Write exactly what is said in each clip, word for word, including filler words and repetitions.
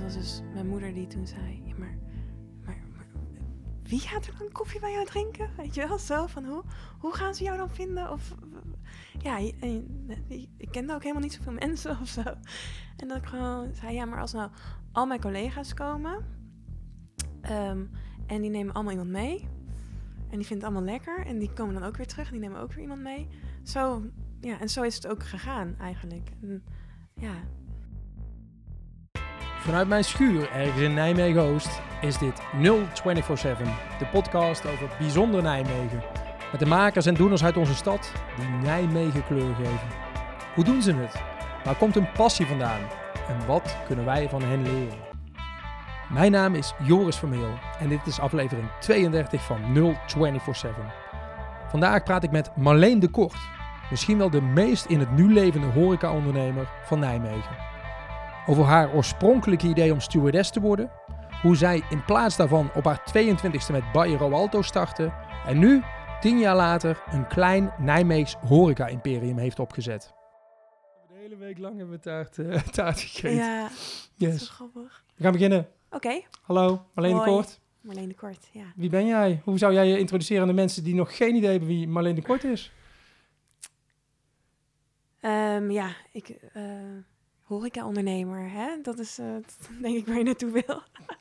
was dus mijn moeder die toen zei... Ja, maar, maar, maar wie gaat er dan koffie bij jou drinken? Weet je wel, zo van hoe, hoe gaan ze jou dan vinden? Of ja, ik kende ook helemaal niet zoveel mensen of zo. En dat ik gewoon zei, ja, maar als nou al mijn collega's komen... Um, en die nemen allemaal iemand mee... En die vindt het allemaal lekker. En die komen dan ook weer terug. En die nemen ook weer iemand mee. Zo, ja, en zo is het ook gegaan eigenlijk. En, ja. Vanuit mijn schuur ergens in Nijmegen-Oost is dit nul vierentwintig zeven. De podcast over bijzonder Nijmegen. Met de makers en doeners uit onze stad die Nijmegen kleur geven. Hoe doen ze het? Waar komt hun passie vandaan? En wat kunnen wij van hen leren? Mijn naam is Joris Vermeel en dit is aflevering tweeëndertig van nul vierentwintig zeven. Vandaag praat ik met Marleen de Kort, misschien wel de meest in het nu levende horeca-ondernemer van Nijmegen. Over haar oorspronkelijke idee om stewardess te worden, hoe zij in plaats daarvan op haar tweeëntwintigste met Bayer Alto startte en nu, tien jaar later, een klein Nijmeegs horeca-imperium heeft opgezet. De hele week lang hebben we taart, uh, taart gegeten. Ja, yes. Dat is zo grappig. We gaan beginnen. Oké. Okay. Hallo, Marleen de Kort. Marleen de Kort, ja. Wie ben jij? Hoe zou jij je introduceren aan de mensen die nog geen idee hebben wie Marleen de Kort is? Um, ja, ik... Uh, horeca-ondernemer, hè? Dat is uh, denk ik waar je naartoe wil.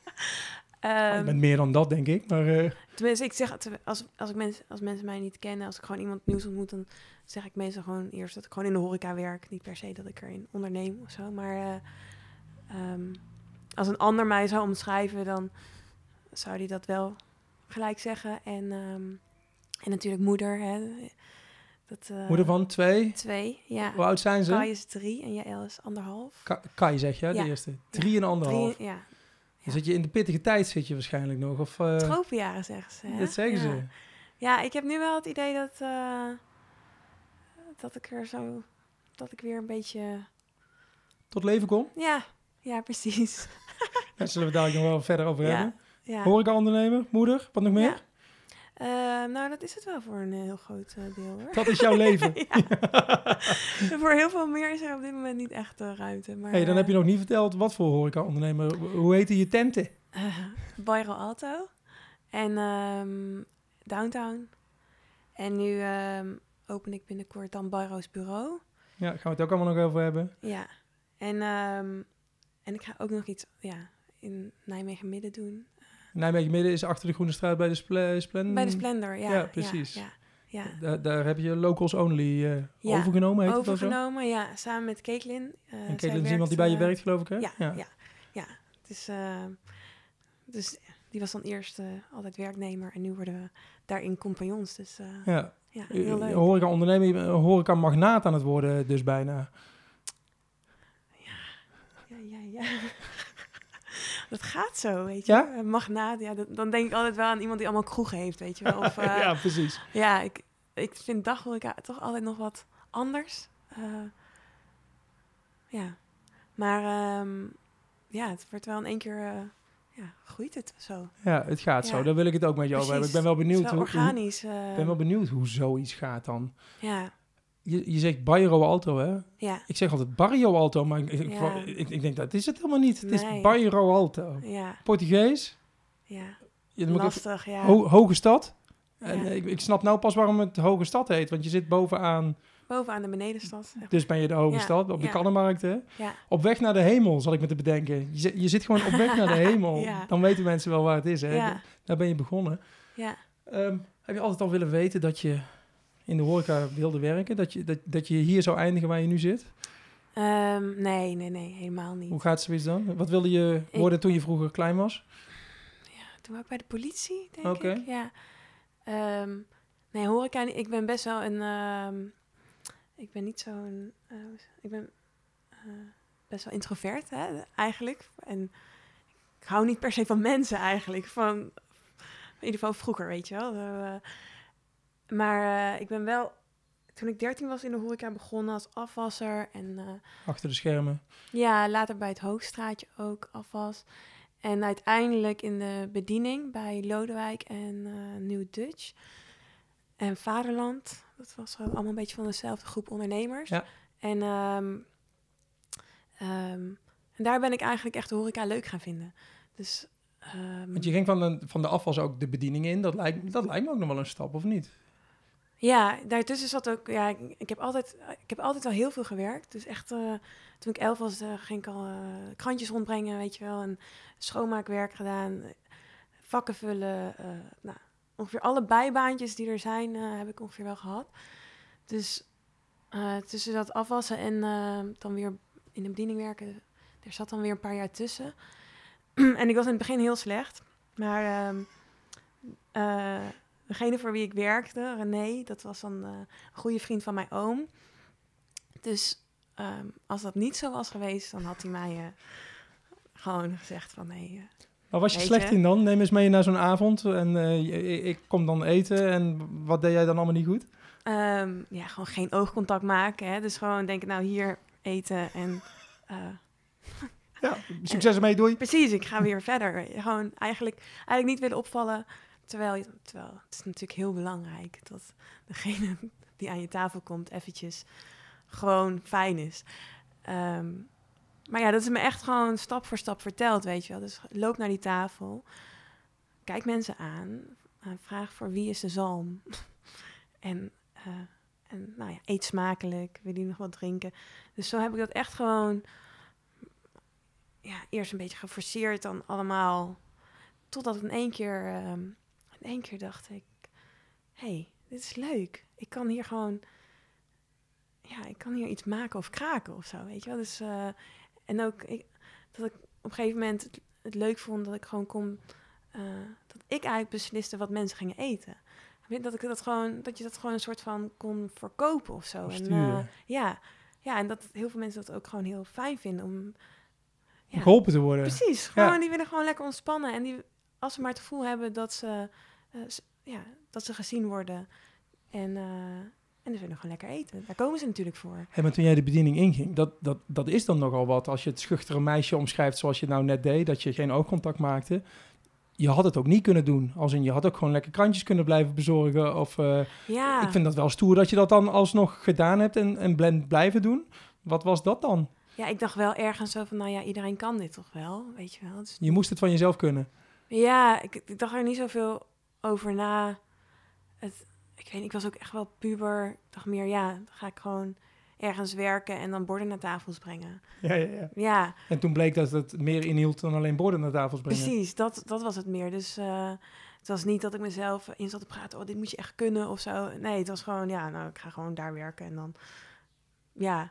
um, je bent meer dan dat, denk ik. Maar, uh... Tenminste, ik zeg, als, als, ik mens, als mensen mij niet kennen, als ik gewoon iemand nieuws ontmoet, dan zeg ik meestal gewoon eerst dat ik gewoon in de horeca werk. Niet per se dat ik erin onderneem of zo, maar uh, um, als een ander mij zou omschrijven, dan zou die dat wel gelijk zeggen. En, um, en natuurlijk moeder, hè. Dat, uh, moeder van twee? Twee, ja. Hoe oud zijn ze? Kai is drie en Jaël is anderhalf. Ka- Kai zeg je, ja. de eerste. Drie ja. en anderhalf. Drie, ja. Dan zit je in de pittige tijd, zit je waarschijnlijk nog. Of, uh... tropenjaren, zeggen ze. Hè? Dat zeggen ja. ze. Ja, ik heb nu wel het idee dat, uh, dat ik er zo, dat ik weer een beetje... Tot leven kom? Ja, ja, precies. Daar zullen we daar nog wel verder over ja. hebben. Ja. Horeca-ondernemer, moeder, wat nog meer? Ja. Uh, nou, dat is het wel voor een heel groot uh, deel, hoor. Dat is jouw leven. Voor heel veel meer is er op dit moment niet echt uh, ruimte. Maar, hey, dan uh, heb je nog niet verteld wat voor horeca-ondernemer. Hoe heette je tenten? Uh, Bayer Alto en um, Downtown. En nu um, open ik binnenkort dan Bayro's Bureau. Ja, gaan we het ook allemaal nog over hebben. Ja, en, um, en ik ga ook nog iets ja, in Nijmegen Midden doen. Nijmegen Midden is achter de Groene Straat bij de Spl- Splendor. Bij de Splendor, ja. Ja, precies. Ja, ja, ja. Daar, daar heb je Locals Only uh, ja, overgenomen, heet overgenomen, het ja. Samen met Caitlin. Uh, en Caitlin is iemand die bij je werkt, geloof ik, hè? Ja, ja. ja, ja. Dus, uh, dus die was dan eerst uh, altijd werknemer en nu worden we daarin compagnons. Dus uh, ja. ja, heel leuk. Horeca-ondernemer, horeca-magnaat aan het worden dus bijna. Ja, ja, ja, ja. Dat gaat zo, weet je. Ja? Magnaat, ja, dat, dan denk ik altijd wel aan iemand die allemaal kroegen heeft, weet je wel. Of, uh, ja, precies. Ja, ik, ik vind daghoreca toch altijd nog wat anders. Uh, ja, maar um, ja, het wordt wel in één keer, uh, ja, groeit het zo. Ja, het gaat ja. zo. Daar wil ik het ook met jou over hebben. Ik ben wel benieuwd. Het is wel hoe, organisch. Uh, ik ben wel benieuwd hoe zoiets gaat dan. Ja. Je, je zegt Bayer Alto, hè? Ja. Ik zeg altijd Barrio Alto, maar ik, ja. ik, ik, ik denk dat is het helemaal niet. Het nee. is Bayer Alto. Ja. Portugees. Ja. Je, Lastig, ook, ja. Ho, hoge stad. Ja. En ik, ik snap nou pas waarom het Hoge Stad heet, want je zit bovenaan... Bovenaan de benedenstad. Dus ben je de Hoge ja. Stad, op de ja. Kannenmarkt, hè? Ja. Op weg naar de hemel, zal ik me te bedenken. Je zit, je zit gewoon op weg naar de hemel. Ja. Dan weten mensen wel waar het is, hè? Ja. Daar ben je begonnen. Ja. Um, heb je altijd al willen weten dat je in de horeca wilde werken? Dat je, dat, dat je hier zou eindigen waar je nu zit? Um, nee, nee, nee, helemaal niet. Hoe gaat zoiets dan? Wat wilde je worden ik... toen je vroeger klein was? Ja, toen was ik bij de politie, denk okay. ik. Ja. Um, nee, horeca, ik ben best wel een... Um, ik ben niet zo'n... Uh, ik ben uh, best wel introvert, hè, eigenlijk. En ik hou niet per se van mensen, eigenlijk. Van, in ieder geval vroeger, weet je wel. Uh, maar uh, ik ben wel... Toen ik dertien was in de horeca begonnen als afwasser. En, uh, achter de schermen. Ja, later bij het Hoogstraatje ook afwas. En uiteindelijk in de bediening bij Lodewijk en uh, New Dutch. En Vaderland. Dat was allemaal een beetje van dezelfde groep ondernemers. Ja. En um, um, en daar ben ik eigenlijk echt de horeca leuk gaan vinden. Dus, um, Want je ging van de, van de afwas ook de bediening in. Dat lijkt, dat lijkt me ook nog wel een stap, of niet? Ja, daartussen zat ook... Ja, ik, ik, heb altijd, ik heb altijd al heel veel gewerkt. Dus echt, uh, toen ik elf was, uh, ging ik al uh, krantjes rondbrengen, weet je wel. En schoonmaakwerk gedaan, vakken vullen. Uh, nou, ongeveer alle bijbaantjes die er zijn, uh, heb ik ongeveer wel gehad. Dus uh, tussen dat afwassen en uh, dan weer in de bediening werken... Er zat dan weer een paar jaar tussen. En ik was in het begin heel slecht. Maar... Uh, uh, Degene voor wie ik werkte, René, dat was dan uh, een goede vriend van mijn oom. Dus um, als dat niet zo was geweest, dan had hij mij uh, gewoon gezegd van... Hey, uh, maar was je slecht je? in dan? Neem eens mee naar zo'n avond en uh, ik kom dan eten. En wat deed jij dan allemaal niet goed? Um, ja, gewoon geen oogcontact maken. Hè? Dus gewoon denken, nou hier eten en... Uh, ja, succes ermee, doei. Precies, ik ga weer verder. Gewoon eigenlijk, eigenlijk niet willen opvallen... Terwijl, terwijl het is natuurlijk heel belangrijk dat degene die aan je tafel komt eventjes gewoon fijn is. Um, maar ja, dat is me echt gewoon stap voor stap verteld, weet je wel. Dus loop naar die tafel, kijk mensen aan, vraag voor wie is de zalm. en, uh, en nou ja, eet smakelijk, wil je nog wat drinken? Dus zo heb ik dat echt gewoon ja, eerst een beetje geforceerd dan allemaal, totdat in één keer... Um, In één keer dacht ik, hé, hey, dit is leuk. Ik kan hier gewoon, ja, ik kan hier iets maken of kraken of zo, weet je wel. Dus, uh, en ook ik, dat ik op een gegeven moment het, het leuk vond dat ik gewoon kon, uh, dat ik eigenlijk besliste wat mensen gingen eten. Dat ik dat gewoon, dat je dat gewoon een soort van kon verkopen of zo. En, uh, ja, ja, en dat heel veel mensen dat ook gewoon heel fijn vinden om, ja, geholpen te worden. Precies, gewoon ja. Die willen gewoon lekker ontspannen en die, als ze maar het gevoel hebben dat ze Uh, ja, dat ze gezien worden. En, uh, en dus willen gewoon lekker eten. Daar komen ze natuurlijk voor. Hey, maar toen jij de bediening inging, dat, dat, dat is dan nogal wat. Als je het schuchtere meisje omschrijft zoals je het nou net deed, dat je geen oogcontact maakte. Je had het ook niet kunnen doen. Als in, je had ook gewoon lekker krantjes kunnen blijven bezorgen. Of, uh, ja. Ik vind dat wel stoer dat je dat dan alsnog gedaan hebt en, en blend blijven doen. Wat was dat dan? Ja, ik dacht wel ergens zo van, nou ja, iedereen kan dit toch wel, weet je wel. Dus... Je moest het van jezelf kunnen. Ja, ik, ik dacht er niet zoveel over na. Het, ik weet, ik was ook echt wel puber. Ik dacht meer, ja, dan ga ik gewoon ergens werken en dan borden naar tafels brengen. Ja, ja, ja. ja. En toen bleek dat het meer inhield dan alleen borden naar tafels brengen. Precies, dat, dat was het meer. Dus uh, het was niet dat ik mezelf in zat te praten, oh, dit moet je echt kunnen of zo. Nee, het was gewoon, ja, nou, ik ga gewoon daar werken en dan, ja,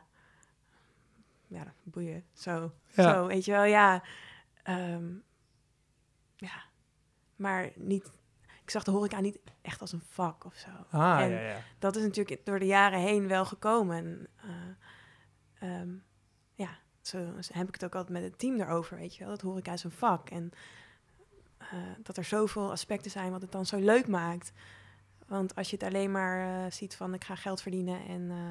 ja, boeien. Zo, ja. zo, weet je wel, ja. Um, ja, maar niet... Ik zag de horeca niet echt als een vak of zo. Ah, en ja, ja. dat is natuurlijk door de jaren heen wel gekomen. En, uh, um, ja, zo heb ik het ook altijd met het team erover, weet je wel. Dat horeca is een vak. En uh, dat er zoveel aspecten zijn wat het dan zo leuk maakt. Want als je het alleen maar uh, ziet van ik ga geld verdienen en... Uh,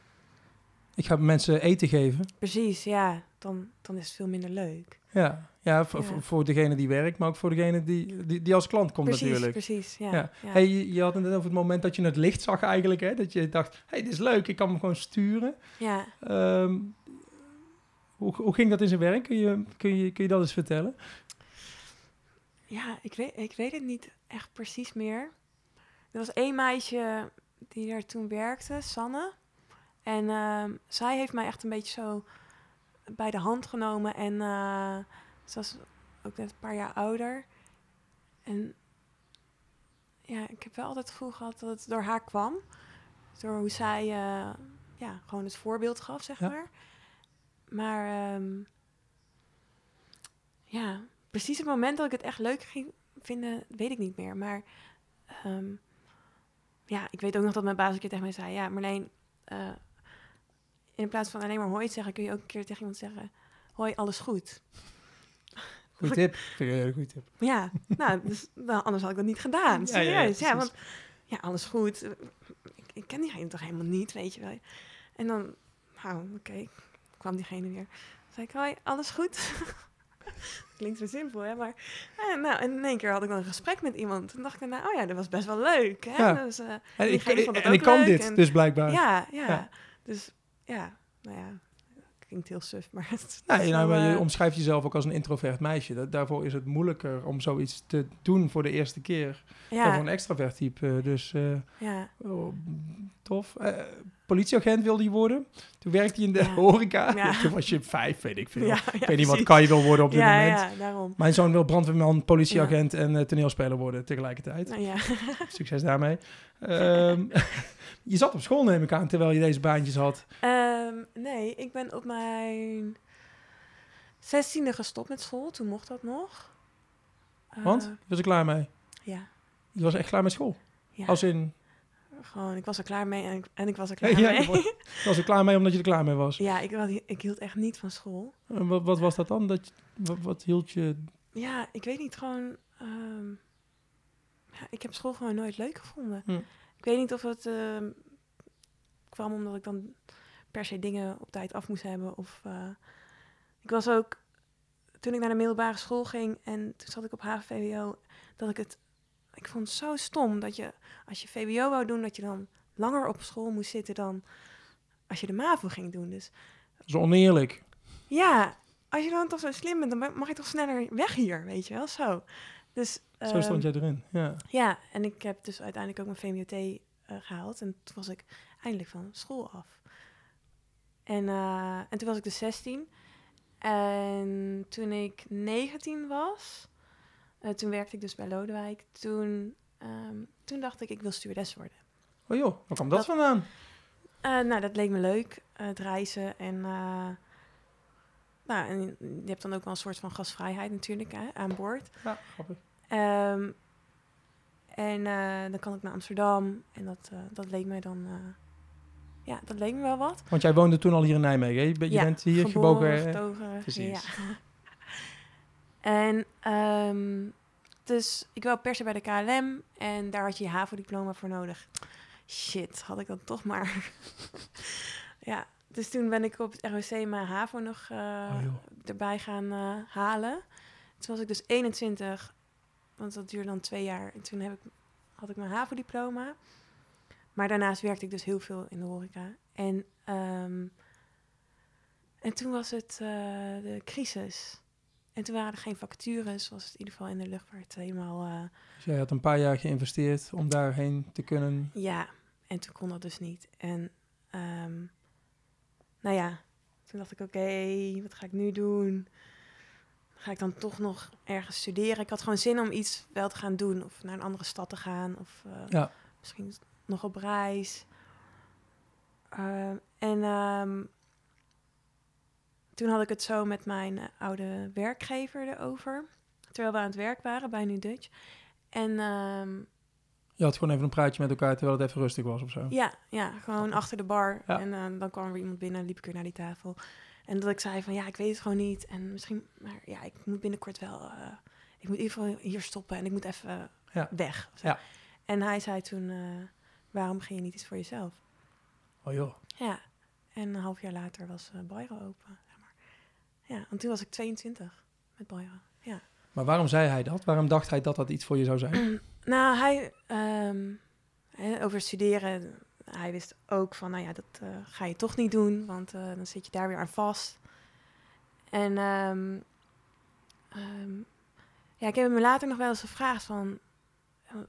ik ga mensen eten geven. Precies, ja. Dan, dan is het veel minder leuk. Ja, ja, voor, ja. voor degene die werkt, maar ook voor degene die, die, die als klant komt precies, natuurlijk. Precies, ja. ja. ja. Hey, je, je had het net over het moment dat je het licht zag eigenlijk. Hè? Dat je dacht, hey, dit is leuk, ik kan hem gewoon sturen. Ja. Um, hoe, hoe ging dat in zijn werk? Kun je, kun je, kun je dat eens vertellen? Ja, ik weet, ik weet het niet echt precies meer. Er was één meisje die er toen werkte, Sanne. En uh, zij heeft mij echt een beetje zo bij de hand genomen. En uh, ze was ook net een paar jaar ouder. En ja, ik heb wel altijd het gevoel gehad dat het door haar kwam. Door hoe zij uh, ja, gewoon het voorbeeld gaf, zeg ja. maar. Maar um, ja, precies het moment dat ik het echt leuk ging vinden, weet ik niet meer. Maar um, ja, ik weet ook nog dat mijn baas een keer tegen mij zei... Ja, Marleen, uh, in plaats van alleen maar hoi te zeggen... kun je ook een keer tegen iemand zeggen... Hoi, alles goed. Goeie tip. Vind ik een hele goede tip. Ja, nou, dus, nou, anders had ik dat niet gedaan. Serieus, ja, ja, ja, want ja, alles goed. Ik, ik ken diegene toch helemaal niet, weet je wel. En dan, nou, oké, okay, kwam diegene weer. Dan zei ik, hoi, alles goed? Klinkt zo simpel, hè, maar... Eh, nou, en in één keer had ik dan een gesprek met iemand. Toen dacht ik, nou, oh ja, dat was best wel leuk, hè. Ja. Dus, uh, en ik, en ik kan dit, en, dus blijkbaar. Ja, ja, ja. Dus, ja, nou ja... klinkt heel suf, maar... Het Nee, is nou, wel, maar je uh, omschrijft jezelf ook als een introvert meisje. Dat, daarvoor is het moeilijker om zoiets te doen voor de eerste keer dan voor ja, een extravert type. Dus uh, ja, oh, tof. Uh, politieagent wilde je worden. Toen werkte je in de Ja. horeca. Ja. Toen was je vijf, weet ik veel. ja, ik ja, weet niet wat precies. kan je wil worden op dit ja, moment. Ja, daarom. Mijn zoon wil brandweerman, politieagent en uh, toneelspeler worden tegelijkertijd. Nou, ja. Succes daarmee. Um, je zat op school, neem ik aan, terwijl je deze baantjes had. Um, nee, ik ben op mijn zestiende gestopt met school. Toen mocht dat nog. Uh, Want? Je was er klaar mee? Ja. Je was echt klaar met school? Ja. Als in... Gewoon, ik was er klaar mee en ik, en ik was er klaar ja, mee. Je was, je was er klaar mee omdat je er klaar mee was? Ja, ik, ik hield echt niet van school. En wat, wat was dat dan? Dat je, wat, wat hield je... Ja, ik weet niet, gewoon... Um, ja, ik heb school gewoon nooit leuk gevonden. Hm. Ik weet niet of het uh, kwam omdat ik dan per se dingen op tijd af moest hebben. Of uh, ik was ook... Toen ik naar de middelbare school ging en toen zat ik op H V V W O, dat ik het... Ik vond het zo stom dat je, als je V W O wou doen, dat je dan langer op school moest zitten dan als je de MAVO ging doen. Dus dat is oneerlijk. ja, als je dan toch zo slim bent, dan mag je toch sneller weg hier, weet je wel, zo. Dus, zo um, stond jij erin, ja. Ja, en ik heb dus uiteindelijk ook mijn V M O T uh, gehaald en toen was ik eindelijk van school af. En, uh, en toen was ik dus zestien. En toen ik negentien was, uh, toen werkte ik dus bij Lodewijk. Toen, um, toen dacht ik, ik wil stewardess worden. Oh joh, waar kwam dat, dat vandaan? Uh, nou, dat leek me leuk, uh, het reizen. En, uh, nou, en je hebt dan ook wel een soort van gastvrijheid natuurlijk hè, aan boord. Ja, grappig. Um, en uh, dan kan ik naar Amsterdam. En dat, uh, dat leek mij dan... Uh, ja, dat leek me wel wat. Want jij woonde toen al hier in Nijmegen, hè? Je, je ja, bent hier geboren, gebogen. getogen. Precies. Ja. En um, dus ik wou per se bij de K L M. En daar had je je HAVO-diploma voor nodig. Shit, had ik dan toch maar. Ja, dus toen ben ik op het R O C mijn HAVO nog uh, oh, erbij gaan uh, halen. Toen was ik dus eenentwintig, want dat duurde dan twee jaar. En toen heb ik, had ik mijn HAVO-diploma. Maar daarnaast werkte ik dus heel veel in de horeca. En, um, en toen was het uh, de crisis. En toen waren er geen vacatures, was het in ieder geval in de luchtvaart helemaal... Uh, dus jij had een paar jaar geïnvesteerd om daarheen te kunnen... Ja, en toen kon dat dus niet. En um, nou ja, toen dacht ik, oké, okay, wat ga ik nu doen? Ga ik dan toch nog ergens studeren? Ik had gewoon zin om iets wel te gaan doen. Of naar een andere stad te gaan. Of uh, ja. misschien nog op reis. Uh, en um, toen had ik het zo met mijn uh, oude werkgever erover. Terwijl we aan het werk waren bij Nu Dutch. En... Um, je had gewoon even een praatje met elkaar terwijl het even rustig was of zo? Ja, ja gewoon achter de bar. Ja. En uh, dan kwam er weer iemand binnen en liep ik weer naar die tafel. En dat ik zei van, ja, ik weet het gewoon niet. En misschien, maar ja, ik moet binnenkort wel... Uh, ik moet in ieder geval hier stoppen en ik moet even uh, ja. weg. Ja. En hij zei toen, uh, waarom ging je niet iets voor jezelf? Oh joh. Ja, en een half jaar later was uh, Bayro open. Zeg maar. Ja, want toen was ik tweeëntwintig met Bayro, ja. Maar waarom zei hij dat? Waarom dacht hij dat dat iets voor je zou zijn? Nou, hij... Um, over studeren... Hij wist ook van, nou ja, dat uh, ga je toch niet doen, want uh, dan zit je daar weer aan vast. En um, um, ja, ik heb hem later nog wel eens gevraagd van, uh,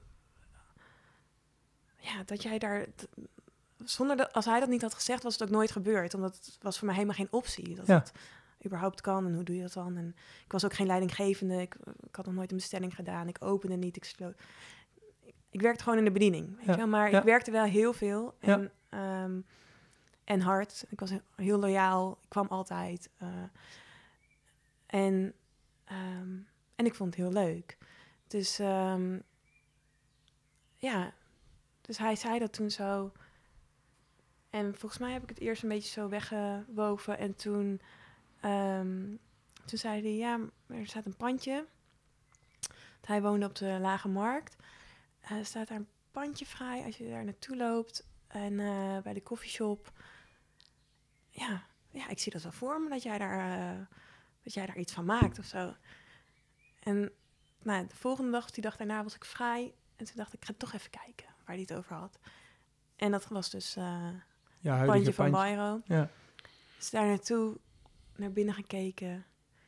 ja, dat jij daar, t- zonder dat, als hij dat niet had gezegd, was het ook nooit gebeurd, omdat het was voor mij helemaal geen optie dat ja. het überhaupt kan en hoe doe je dat dan? En ik was ook geen leidinggevende, ik, ik had nog nooit een bestelling gedaan, ik opende niet, ik sloot. Ik werkte gewoon in de bediening, weet ja, je wel? Maar ja. ik werkte wel heel veel en, ja. um, en hard. Ik was heel loyaal, ik kwam altijd. Uh, en, um, en ik vond het heel leuk. Dus um, ja, dus hij zei dat toen zo. En volgens mij heb ik het eerst een beetje zo weggewoven. En toen, um, toen zei hij, ja, er staat een pandje. Hij woonde op de Lage Markt. Er uh, staat daar een pandje vrij als je daar naartoe loopt. En uh, bij de koffieshop. Ja, ja, ik zie dat wel voor me, dat jij daar, uh, dat jij daar iets van maakt of zo. En nou, de volgende dag, of die dag daarna, was ik vrij. En toen dacht ik, ik ga toch even kijken waar hij het over had. En dat was dus uh, ja, het pandje van pandje. Bayro. Ja. Dus daar naartoe. naar binnen gekeken.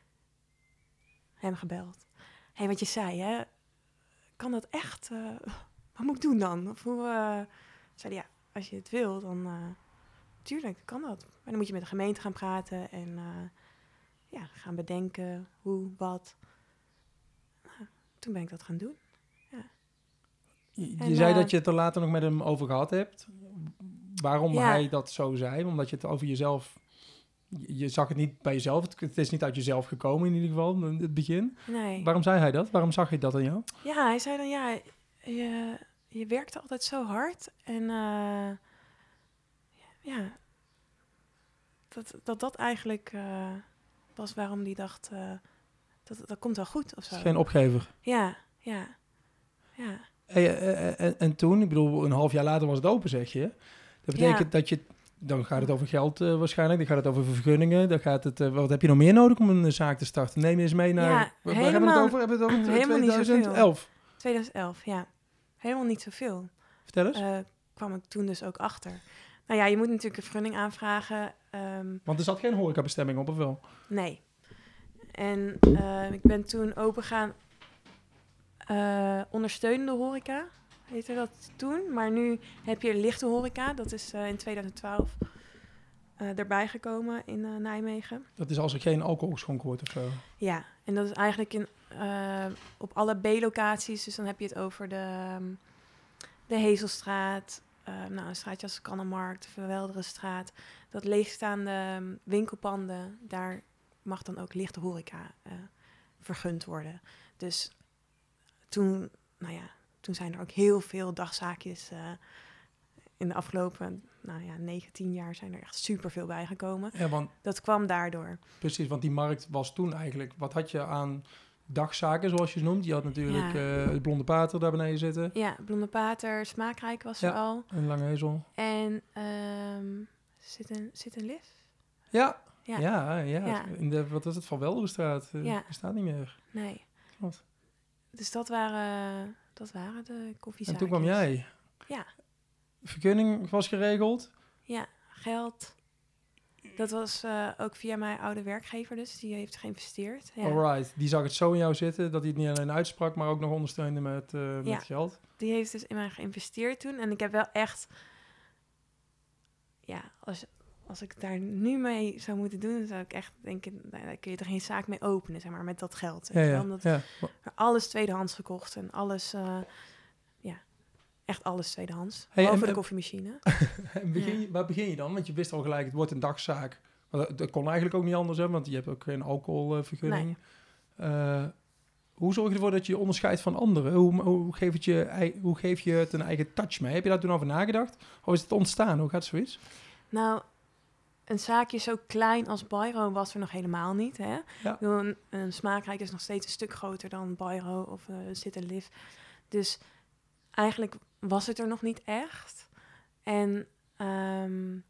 Hem gebeld. Hé, hey, wat je zei, hè? Kan dat echt? Uh, wat moet ik doen dan? Of hoe, uh... zei hij, ja, als je het wil, dan... Uh, tuurlijk, kan dat. Maar dan moet je met de gemeente gaan praten en uh, ja, gaan bedenken hoe, wat. Nou, toen ben ik dat gaan doen. Ja. Je, en, je zei uh, dat je het er later nog met hem over gehad hebt. Waarom ja. hij dat zo zei? Omdat je het over jezelf... Je, je zag het niet bij jezelf. Het, het is niet uit jezelf gekomen in ieder geval, in het begin. Nee. Waarom zei hij dat? Waarom zag je dat aan jou? Ja, hij zei dan, ja, je, je werkte altijd zo hard. En uh, ja, dat, dat dat eigenlijk uh, was waarom hij dacht, uh, dat, dat komt wel goed of zo. Geen opgever. Ja, ja, ja. Hey, en, en, en toen, ik bedoel, een half jaar later was het open, zeg je. Dat betekent ja. dat je... Dan gaat het over geld uh, waarschijnlijk. Dan gaat het over vergunningen. Dan gaat het... Uh, wat heb je nog meer nodig om een uh, zaak te starten? Neem je eens mee naar... Ja, waar hebben we het over? Hebben we het over twintig elf? twintig elf, ja. Helemaal niet zoveel. Vertel eens. Uh, kwam ik toen dus ook achter. Nou ja, je moet natuurlijk een vergunning aanvragen. Um, Want er zat geen horecabestemming op, of wel? Nee. En uh, ik ben toen open gaan... Uh, ondersteunende horeca, heette dat toen. Maar nu heb je lichte horeca. Dat is uh, in twintig twaalf uh, erbij gekomen in uh, Nijmegen. Dat is als er geen alcohol geschonken wordt of zo? Ja, en dat is eigenlijk in, uh, op alle B-locaties. Dus dan heb je het over de, um, de Hezelstraat, uh, nou, een straatje als de Kannenmarkt, de Verwelderenstraat. Dat leegstaande um, winkelpanden, daar mag dan ook lichte horeca uh, vergund worden. Dus... Toen, nou ja, toen zijn er ook heel veel dagzaakjes uh, in de afgelopen, nou ja, negentien jaar zijn er echt superveel bijgekomen. Ja, want, dat kwam daardoor. Precies, want die markt was toen eigenlijk, wat had je aan dagzaken, zoals je ze noemt? Je had natuurlijk ja. uh, het Blonde Pater daar beneden zitten. Ja, Blonde Pater, Smaakrijk was ja, er al. En Lange Hezel. En um, zit een, zit een lift? Ja, ja, ja. ja. ja. In de, wat is het, Van Welderenstraat? Uh, ja. Bestaat niet meer. Nee. Wat? Dus dat waren, dat waren de koffiezaakjes. En toen kwam jij. Ja. Vergunning was geregeld. Ja, geld. Dat was uh, ook via mijn oude werkgever, dus die heeft geïnvesteerd. Ja. Alright, die zag het zo in jou zitten dat hij het niet alleen uitsprak, maar ook nog ondersteunde met, uh, met ja. geld. Die heeft dus in mij geïnvesteerd toen. En ik heb wel echt... Ja, als, als ik daar nu mee zou moeten doen, dan zou ik echt denken, nou, daar kun je er geen zaak mee openen, zeg maar, met dat geld. Ja, ja, Omdat ja. alles tweedehands gekocht en alles, uh, ja, echt alles tweedehands. Hey, Behalve en, de koffiemachine. En begin je, waar begin je dan? Want je wist al gelijk, het wordt een dagzaak. Dat, dat kon eigenlijk ook niet anders, hè, want je hebt ook geen alcoholvergunning. Nee. Uh, hoe zorg je ervoor dat je je onderscheidt van anderen? Hoe, hoe, geef het je, hoe geef je het een eigen touch mee? Heb je daar toen over nagedacht? Of is het ontstaan? Hoe gaat zoiets? Nou, een zaakje zo klein als Bairo was er nog helemaal niet. Hè? Ja. Een, een Smaakrijk is nog steeds een stuk groter dan Bairo of uh, Sit and Live. Dus eigenlijk was het er nog niet echt. En um,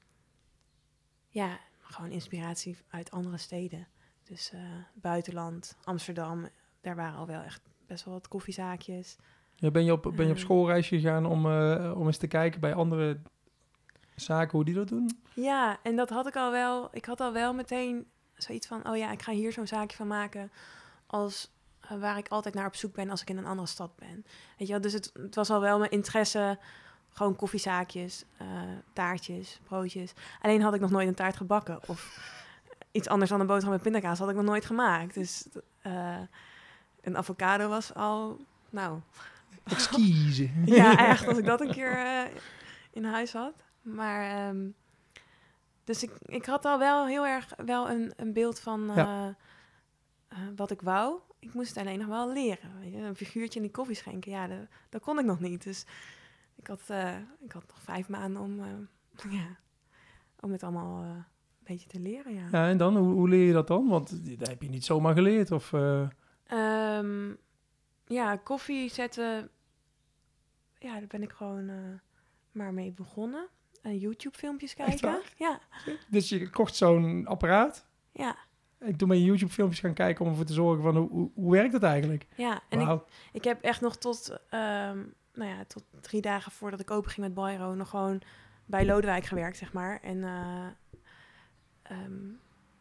ja, gewoon inspiratie uit andere steden. Dus uh, buitenland, Amsterdam, daar waren al wel echt best wel wat koffiezaakjes. Ja, ben je op, ben je op schoolreisje gegaan om, uh, om eens te kijken bij andere zaken hoe die dat doen? Ja, en dat had ik al wel. Ik had al wel meteen zoiets van, oh ja, ik ga hier zo'n zaakje van maken als uh, waar ik altijd naar op zoek ben als ik in een andere stad ben. Weet je wel, dus het, het was al wel mijn interesse, gewoon koffiezaakjes, uh, taartjes, broodjes. Alleen had ik nog nooit een taart gebakken of iets anders dan een boterham met pindakaas had ik nog nooit gemaakt. Dus uh, een avocado was al, nou... Exquise. Ja, echt, als ik dat een keer uh, in huis had. Maar, um, dus ik, ik had al wel heel erg wel een, een beeld van uh, ja. uh, wat ik wou. Ik moest het alleen nog wel leren. Weet je? Een figuurtje in die koffie schenken, ja, dat, dat kon ik nog niet. Dus ik had, uh, ik had nog vijf maanden om, uh, ja, om het allemaal uh, een beetje te leren, ja. Ja, en dan? Hoe, hoe leer je dat dan? Want dat heb je niet zomaar geleerd, of... Uh... Um, ja, koffie zetten... Ja, daar ben ik gewoon uh, maar mee begonnen. En YouTube-filmpjes kijken. Ja. Dus je kocht zo'n apparaat? Ja. En toen ben je YouTube-filmpjes gaan kijken om ervoor te zorgen van hoe, hoe, hoe werkt het eigenlijk? Ja, en wow. ik, ik heb echt nog tot, um, nou ja, tot drie dagen voordat ik open ging met Bairo nog gewoon bij Lodewijk gewerkt, zeg maar. En uh, um,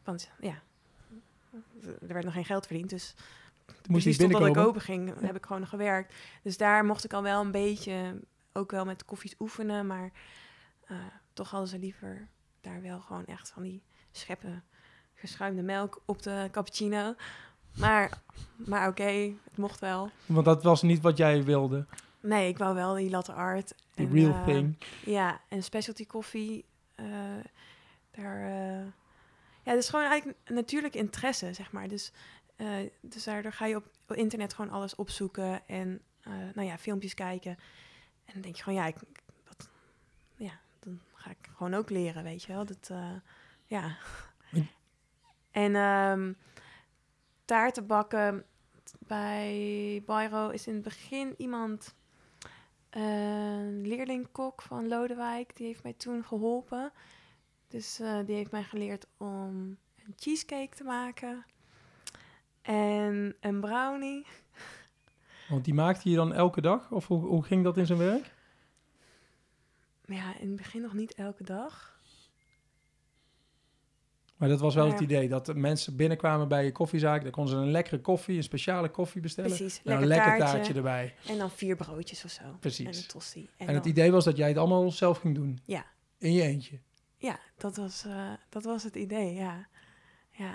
want ja, er werd nog geen geld verdiend, dus Moest precies niet totdat ik binnenkomen. open ging, heb ik gewoon nog gewerkt. Dus daar mocht ik al wel een beetje, ook wel met koffies oefenen, maar uh, toch hadden ze liever daar wel gewoon echt van die scheppen geschuimde melk op de cappuccino. Maar, maar oké, okay, het mocht wel. Want dat was niet wat jij wilde. Nee, ik wou wel die latte art. Die en, real uh, thing. Ja, en specialty koffie, uh, daar... Uh, ja, het is gewoon eigenlijk natuurlijk interesse, zeg maar. Dus, uh, dus daardoor ga je op internet gewoon alles opzoeken en uh, nou ja, filmpjes kijken. En dan denk je gewoon, ja, ik, dat, ja, dan ga ik gewoon ook leren, weet je wel. Dat, uh, ja. Hm. En um, taarten bakken bij Bairo is in het begin iemand, een uh, leerlingkok van Lodewijk, die heeft mij toen geholpen. Dus uh, die heeft mij geleerd om een cheesecake te maken en een brownie. Want die maakte je dan elke dag? Of hoe, hoe ging dat in zijn werk? Ja, in het begin nog niet elke dag. Maar dat was wel maar, het idee, dat de mensen binnenkwamen bij je koffiezaak. Dan konden ze een lekkere koffie, een speciale koffie bestellen. Precies, en lekker een lekker taartje, taartje erbij. En dan vier broodjes of zo. Precies. En een tosti. En, en het dan, idee was dat jij het allemaal zelf ging doen? Ja. In je eentje? Ja, dat was, uh, dat was het idee, ja. ja.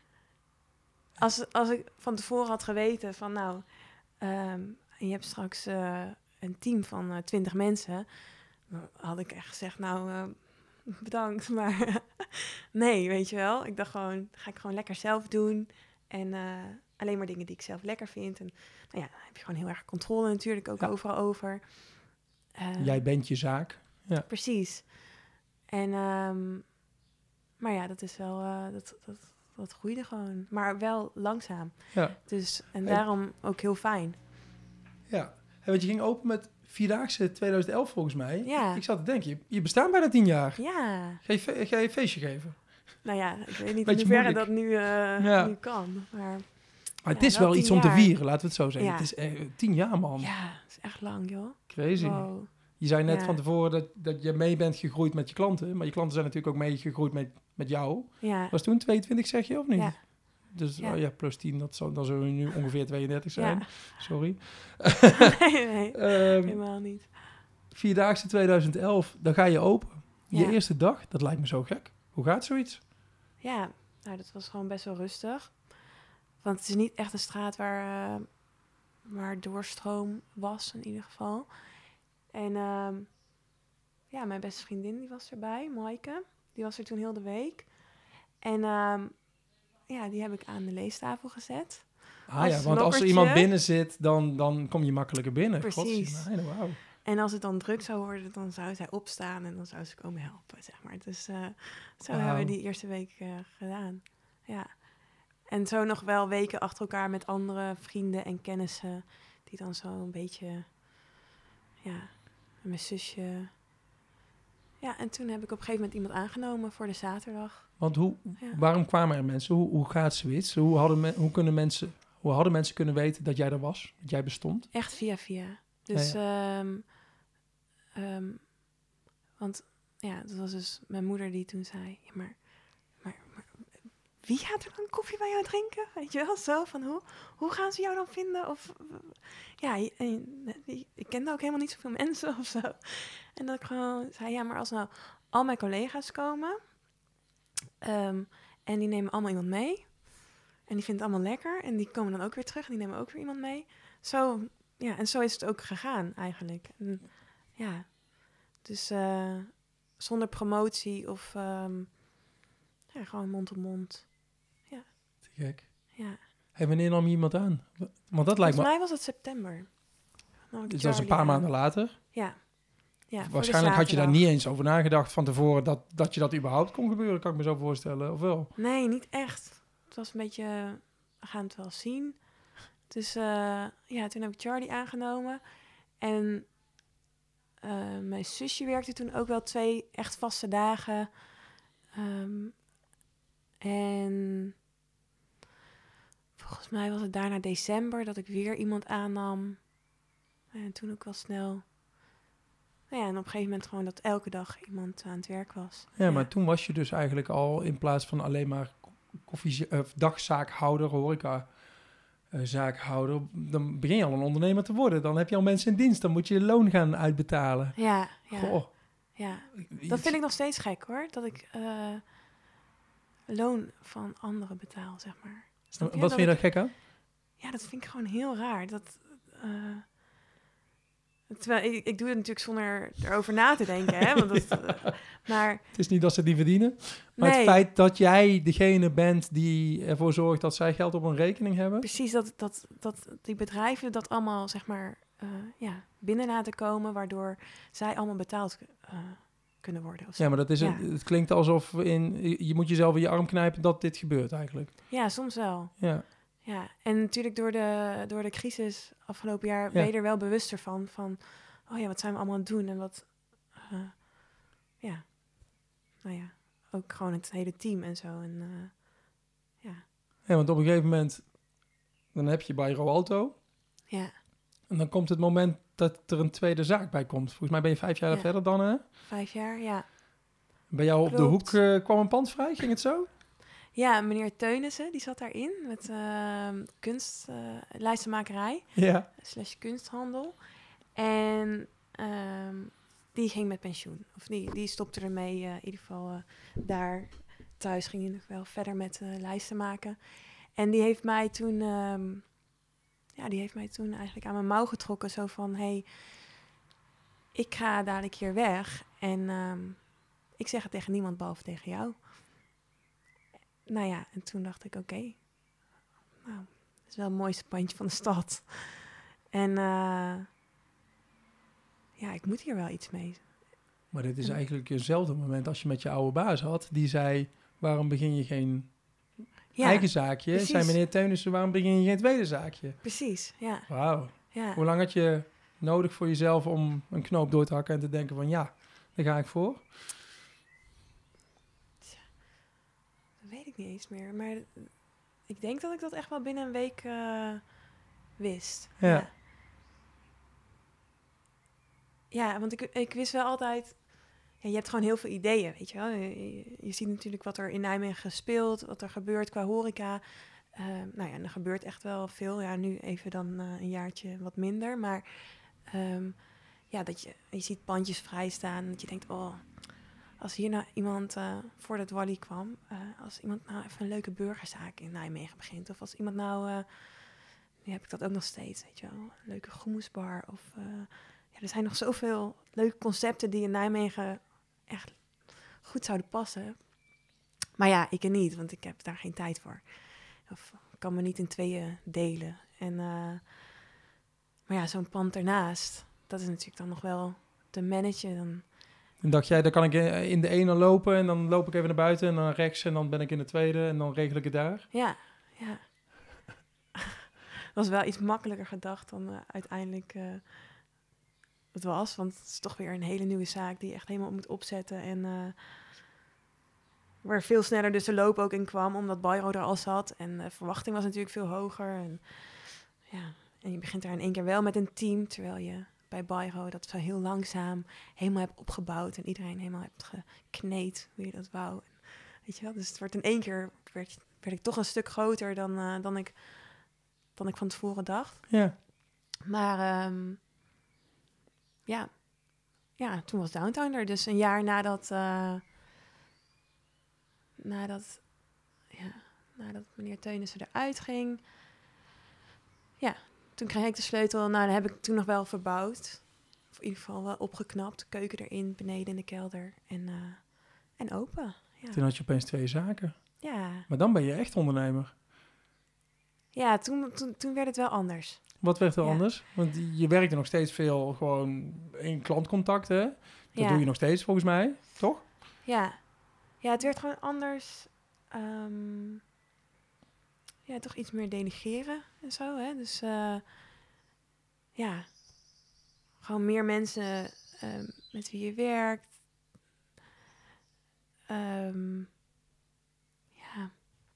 Als, als ik van tevoren had geweten van nou, um, je hebt straks uh, een team van uh, twintig mensen, dan had ik echt gezegd, nou, uh, bedankt, maar nee, weet je wel. Ik dacht gewoon, ga ik gewoon lekker zelf doen en uh, alleen maar dingen die ik zelf lekker vind. En nou ja, dan heb je gewoon heel erg controle natuurlijk ook ja. overal over. Uh, Jij bent je zaak. Ja. Precies. En, um, maar ja, dat is wel, uh, dat, dat, dat groeide gewoon. Maar wel langzaam. Ja. Dus, en hey. daarom ook heel fijn. Ja, hey, want je ging open met Vierdaagse twintig elf volgens mij. Ja. Ik zat te denken, je, je bestaan bijna tien jaar. Ja. Ga je, fe- ga je een feestje geven? Nou ja, ik weet niet in hoeverre dat nu, uh, ja. nu kan. Maar, maar het ja, is wel iets jaar. om te vieren, laten we het zo zeggen. Ja. Het is eh, tien jaar, man. Ja, het is echt lang, joh. Crazy. Wow. Je zei net ja. van tevoren dat, dat je mee bent gegroeid met je klanten. Maar je klanten zijn natuurlijk ook mee gegroeid met, met jou. Ja. Was toen tweeëntwintig, zeg je, of niet? Ja. Dus ja. Oh ja, plus tien, dat zou, dan zullen we nu ongeveer tweeëndertig zijn. Ja. Sorry. nee, nee. um, helemaal niet. Vierdaagse twintig elf, dan ga je open. Je ja. eerste dag, dat lijkt me zo gek. Hoe gaat zoiets? Ja, nou, dat was gewoon best wel rustig. Want het is niet echt een straat waar, uh, waar doorstroom was, in ieder geval. En um, ja, mijn beste vriendin die was erbij, Maaike. Die was er toen heel de week. En um, ja, die heb ik aan de leestafel gezet. Ah ja, want als er iemand binnen zit, dan, dan kom je makkelijker binnen. Precies. Nee, wow. En als het dan druk zou worden, dan zou zij opstaan en dan zou ze komen helpen, zeg maar. Dus uh, zo wow. hebben we die eerste week uh, gedaan. Ja. En zo nog wel weken achter elkaar met andere vrienden en kennissen, die dan zo een beetje, ja, mijn zusje. Ja, en toen heb ik op een gegeven moment iemand aangenomen voor de zaterdag. Want hoe, ja. waarom kwamen er mensen? Hoe, hoe gaat zoiets? Hoe hadden, me, hoe, kunnen mensen, hoe hadden mensen kunnen weten dat jij er was, dat jij bestond? Echt via via. Dus, ja, ja. Um, um, want ja, dat was dus mijn moeder die toen zei, ja, maar, maar, maar wie gaat er dan koffie bij jou drinken? Weet je wel, zo van hoe, hoe gaan ze jou dan vinden? Of ja, ik kende ook helemaal niet zoveel mensen of zo. En dat ik gewoon zei, ja, maar als nou al mijn collega's komen um, en die nemen allemaal iemand mee en die vinden het allemaal lekker en die komen dan ook weer terug en die nemen ook weer iemand mee. Zo, ja, en zo is het ook gegaan eigenlijk. En, ja, dus uh, zonder promotie of um, ja, gewoon mond op mond. Ja. Te gek. Ja. Hey, wanneer nam je iemand aan? Want dat lijkt me... mij was het september. Dus dat is een paar aan. maanden later? Ja. Ja, waarschijnlijk had je daar niet eens over nagedacht van tevoren dat, dat je dat überhaupt kon gebeuren, kan ik me zo voorstellen, of wel? Nee, niet echt. Het was een beetje, we gaan het wel zien. Dus uh, ja, toen heb ik Charlie aangenomen. En uh, mijn zusje werkte toen ook wel twee echt vaste dagen. Um, en volgens mij was het daarna december dat ik weer iemand aannam. En toen ook wel snel. Nou ja, en op een gegeven moment gewoon dat elke dag iemand aan het werk was. Ja, ja. maar toen was je dus eigenlijk al in plaats van alleen maar koffie, uh, dagzaakhouder, horeca uh, zaakhouder, dan begin je al een ondernemer te worden. Dan heb je al mensen in dienst, dan moet je je loon gaan uitbetalen. Ja, ja. Goh. Ja, dat vind ik nog steeds gek hoor, dat ik uh, loon van anderen betaal, zeg maar. Snap je? Wat vind je daar gek aan? Ja, dat vind ik gewoon heel raar. Dat, uh, terwijl ik, ik doe het natuurlijk zonder erover na te denken, hè. Want dat, uh, maar, het is niet dat ze die verdienen, maar nee. Het feit dat jij degene bent die ervoor zorgt dat zij geld op een rekening hebben. Precies, dat, dat, dat die bedrijven dat allemaal, zeg maar, uh, ja, binnen laten komen, waardoor zij allemaal betaald uh, kunnen worden. Ja, maar dat is ja. een, het klinkt alsof in, je moet jezelf in je arm knijpen dat dit gebeurt eigenlijk. Ja, soms wel. Ja. Ja, en natuurlijk door de, door de crisis afgelopen jaar ja. ben je er wel bewuster van, van, oh ja, wat zijn we allemaal aan het doen en wat, uh, ja, nou ja, ook gewoon het hele team en zo en uh, ja. Ja, want op een gegeven moment, dan heb je bij Roalto. Ja. En dan komt het moment dat er een tweede zaak bij komt. Volgens mij ben je vijf jaar ja. verder dan, hè? Vijf jaar, ja. Bij jou op Klopt. de hoek uh, kwam een pand vrij, ging het zo? Ja, meneer Teunissen, die zat daarin met uh, kunst, uh, lijstenmakerij, ja. slash kunsthandel. En um, die ging met pensioen. Of die, die stopte ermee, uh, in ieder geval uh, daar thuis ging hij nog wel verder met uh, lijsten maken. En die heeft mij toen, um, ja, die heeft mij toen eigenlijk aan mijn mouw getrokken. Zo van, hé, hey, ik ga dadelijk hier weg en um, ik zeg het tegen niemand behalve tegen jou. Nou ja, en toen dacht ik, oké, okay, nou, dat is wel het mooiste pandje van de stad. En uh, ja, ik moet hier wel iets mee. Maar dit is en, eigenlijk hetzelfde moment als je met je oude baas had. Die zei, waarom begin je geen ja, eigen zaakje? Precies. Zei meneer Teunissen, waarom begin je geen tweede zaakje? Precies, ja. Wauw. Ja. Hoe lang had je nodig voor jezelf om een knoop door te hakken en te denken van, ja, daar ga ik voor? Weet ik niet eens meer, maar ik denk dat ik dat echt wel binnen een week uh, wist. Ja. Ja, ja want ik, ik wist wel altijd, ja, je hebt gewoon heel veel ideeën, weet je wel. Je, je ziet natuurlijk wat er in Nijmegen speelt, wat er gebeurt qua horeca. Uh, nou ja, en er gebeurt echt wel veel. Ja, nu even dan uh, een jaartje wat minder, maar um, ja, dat je, je ziet pandjes vrijstaan, dat je denkt, oh, als hier nou iemand, uh, voordat Wally kwam, uh, als iemand nou even een leuke burgerzaak in Nijmegen begint. Of als iemand nou, uh, nu heb ik dat ook nog steeds, weet je wel, een leuke hummusbar. Of, uh, ja, er zijn nog zoveel leuke concepten die in Nijmegen echt goed zouden passen. Maar ja, ik er niet, want ik heb daar geen tijd voor. Of ik kan me niet in tweeën delen. En, uh, maar ja, zo'n pand ernaast, dat is natuurlijk dan nog wel te managen. Dan En dacht jij, dan kan ik in de ene lopen en dan loop ik even naar buiten en dan rechts en dan ben ik in de tweede en dan regel ik het daar? Ja, ja. Dat was wel iets makkelijker gedacht dan uh, uiteindelijk uh, het was. Want het is toch weer een hele nieuwe zaak die je echt helemaal moet opzetten. En uh, waar veel sneller dus de loop ook in kwam, omdat Bairo er al zat. En de verwachting was natuurlijk veel hoger. En, ja, en je begint daar in één keer wel met een team, terwijl je bij Bairo dat zo heel langzaam helemaal hebt opgebouwd en iedereen helemaal hebt gekneed hoe je dat wou. En, weet je wel, dus het wordt in één keer werd, werd ik toch een stuk groter dan, uh, dan, ik, dan ik van tevoren dacht. Ja. Maar um, ja. ja, toen was Downtown er. Dus een jaar nadat, uh, nadat, ja, nadat meneer Teunissen eruit ging, ja, toen kreeg ik de sleutel. Nou, dan heb ik toen nog wel verbouwd. Of in ieder geval wel opgeknapt. Keuken erin, beneden in de kelder. En, uh, en open. Ja. Toen had je opeens twee zaken. Ja. Maar dan ben je echt ondernemer. Ja, toen, toen, toen werd het wel anders. Wat werd er ja. anders? Want je werkte nog steeds veel gewoon in klantcontact, hè? Dat ja. doe je nog steeds volgens mij, toch? Ja. Ja, het werd gewoon anders. Um, ja, toch iets meer delegeren en zo, hè. Dus uh, ja, gewoon meer mensen um, met wie je werkt. Um, ja.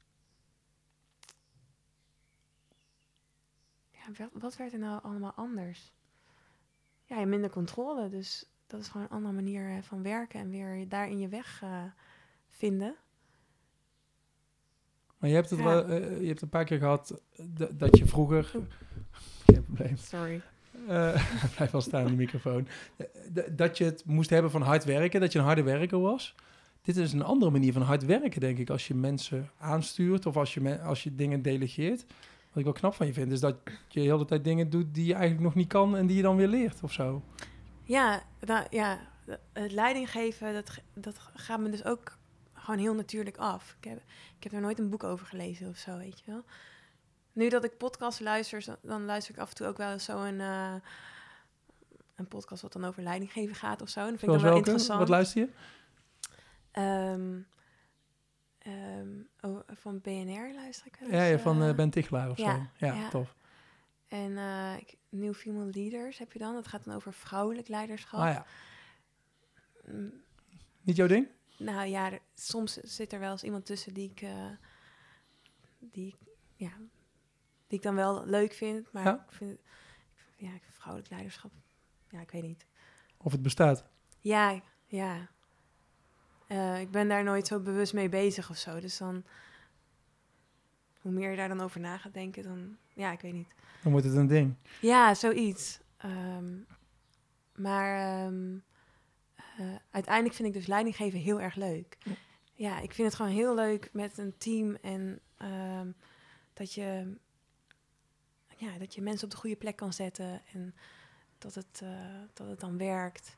Ja, wat werd er nou allemaal anders? Ja, je hebt minder controle, dus dat is gewoon een andere manier uh, van werken en weer daarin je weg uh, vinden. Maar je hebt het Ja. wel, uh, je hebt een paar keer gehad d- dat je vroeger... Geen probleem. Sorry. Uh, blijf wel staan, die microfoon. D- dat je het moest hebben van hard werken, dat je een harde werker was. Dit is een andere manier van hard werken, denk ik, als je mensen aanstuurt of als je, me- als je dingen delegeert. Wat ik wel knap van je vind, is dat je de hele tijd dingen doet die je eigenlijk nog niet kan en die je dan weer leert of zo. Ja, nou, ja, het leiding geven, dat, dat gaat me dus ook gewoon heel natuurlijk af. Ik heb, ik heb er nooit een boek over gelezen of zo, weet je wel. Nu dat ik podcast luister, dan luister ik af en toe ook wel eens zo een, uh, een podcast wat dan over leiding geven gaat of zo. En dat vind Zoals ik dan wel welke? interessant. Wat luister je? Um, um, oh, van B N R luister ik wel eens. Ja, ja van uh, uh, Ben Tichelaar of ja, zo. Ja, ja. tof. En uh, New Female Leaders heb je dan. Dat gaat dan over vrouwelijk leiderschap. Ah ja. Mm. Niet jouw ding? Nou ja, er, soms zit er wel eens iemand tussen die ik, uh, die, ja, die ik dan wel leuk vind. Maar Ja? ik vind, ja, vrouwelijk leiderschap, ja, ik weet niet. Of het bestaat? Ja, ja. Uh, ik ben daar nooit zo bewust mee bezig of zo. Dus dan, hoe meer je daar dan over na gaat denken, dan, ja, ik weet niet. Dan wordt het een ding. Ja, zoiets. Um, maar um, uh, uiteindelijk vind ik dus leidinggeven heel erg leuk. Ja. ja, ik vind het gewoon heel leuk met een team en um, dat je, ja, dat je mensen op de goede plek kan zetten en dat het, uh, dat het dan werkt.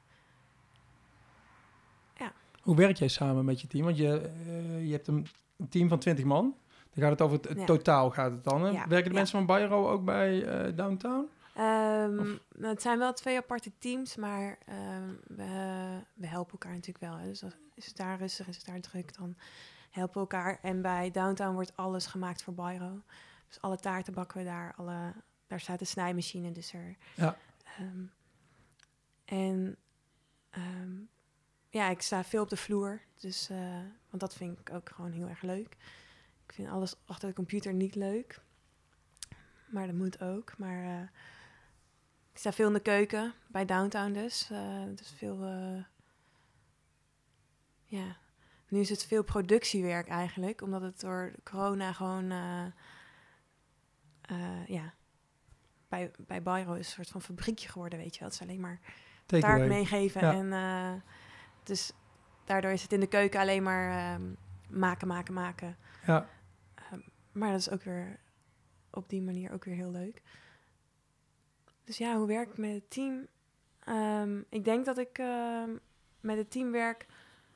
Ja. Hoe werk jij samen met je team? Want je, uh, je hebt een, een team van twintig man. Dan gaat het over het, het ja. totaal gaat het dan. Hè? Ja. Werken de ja. mensen van Bayro ook bij uh, Downtown? Um, nou, het zijn wel twee aparte teams, maar um, we, we helpen elkaar natuurlijk wel. Hè. Dus als, is het daar rustig, is het daar druk, dan helpen we elkaar. En bij Downtown wordt alles gemaakt voor Bayro. Dus alle taarten bakken we daar. Alle, daar staat de snijmachine, dus er... Ja. Um, en um, ja, ik sta veel op de vloer. Dus, uh, want dat vind ik ook gewoon heel erg leuk. Ik vind alles achter de computer niet leuk. Maar dat moet ook. Maar uh, ik sta veel in de keuken, bij Downtown dus. Uh, dus veel... Uh, ja, nu is het veel productiewerk eigenlijk. Omdat het door corona gewoon... Uh, uh, ja, bij, bij Bayro is een soort van fabriekje geworden, weet je wel. Het is alleen maar Take taart away. meegeven. Ja. En uh, dus daardoor is het in de keuken alleen maar um, maken, maken, maken. Ja. Um, maar dat is ook weer op die manier ook weer heel leuk. Dus ja, hoe werk ik met het team? Um, ik denk dat ik uh, met het team werk...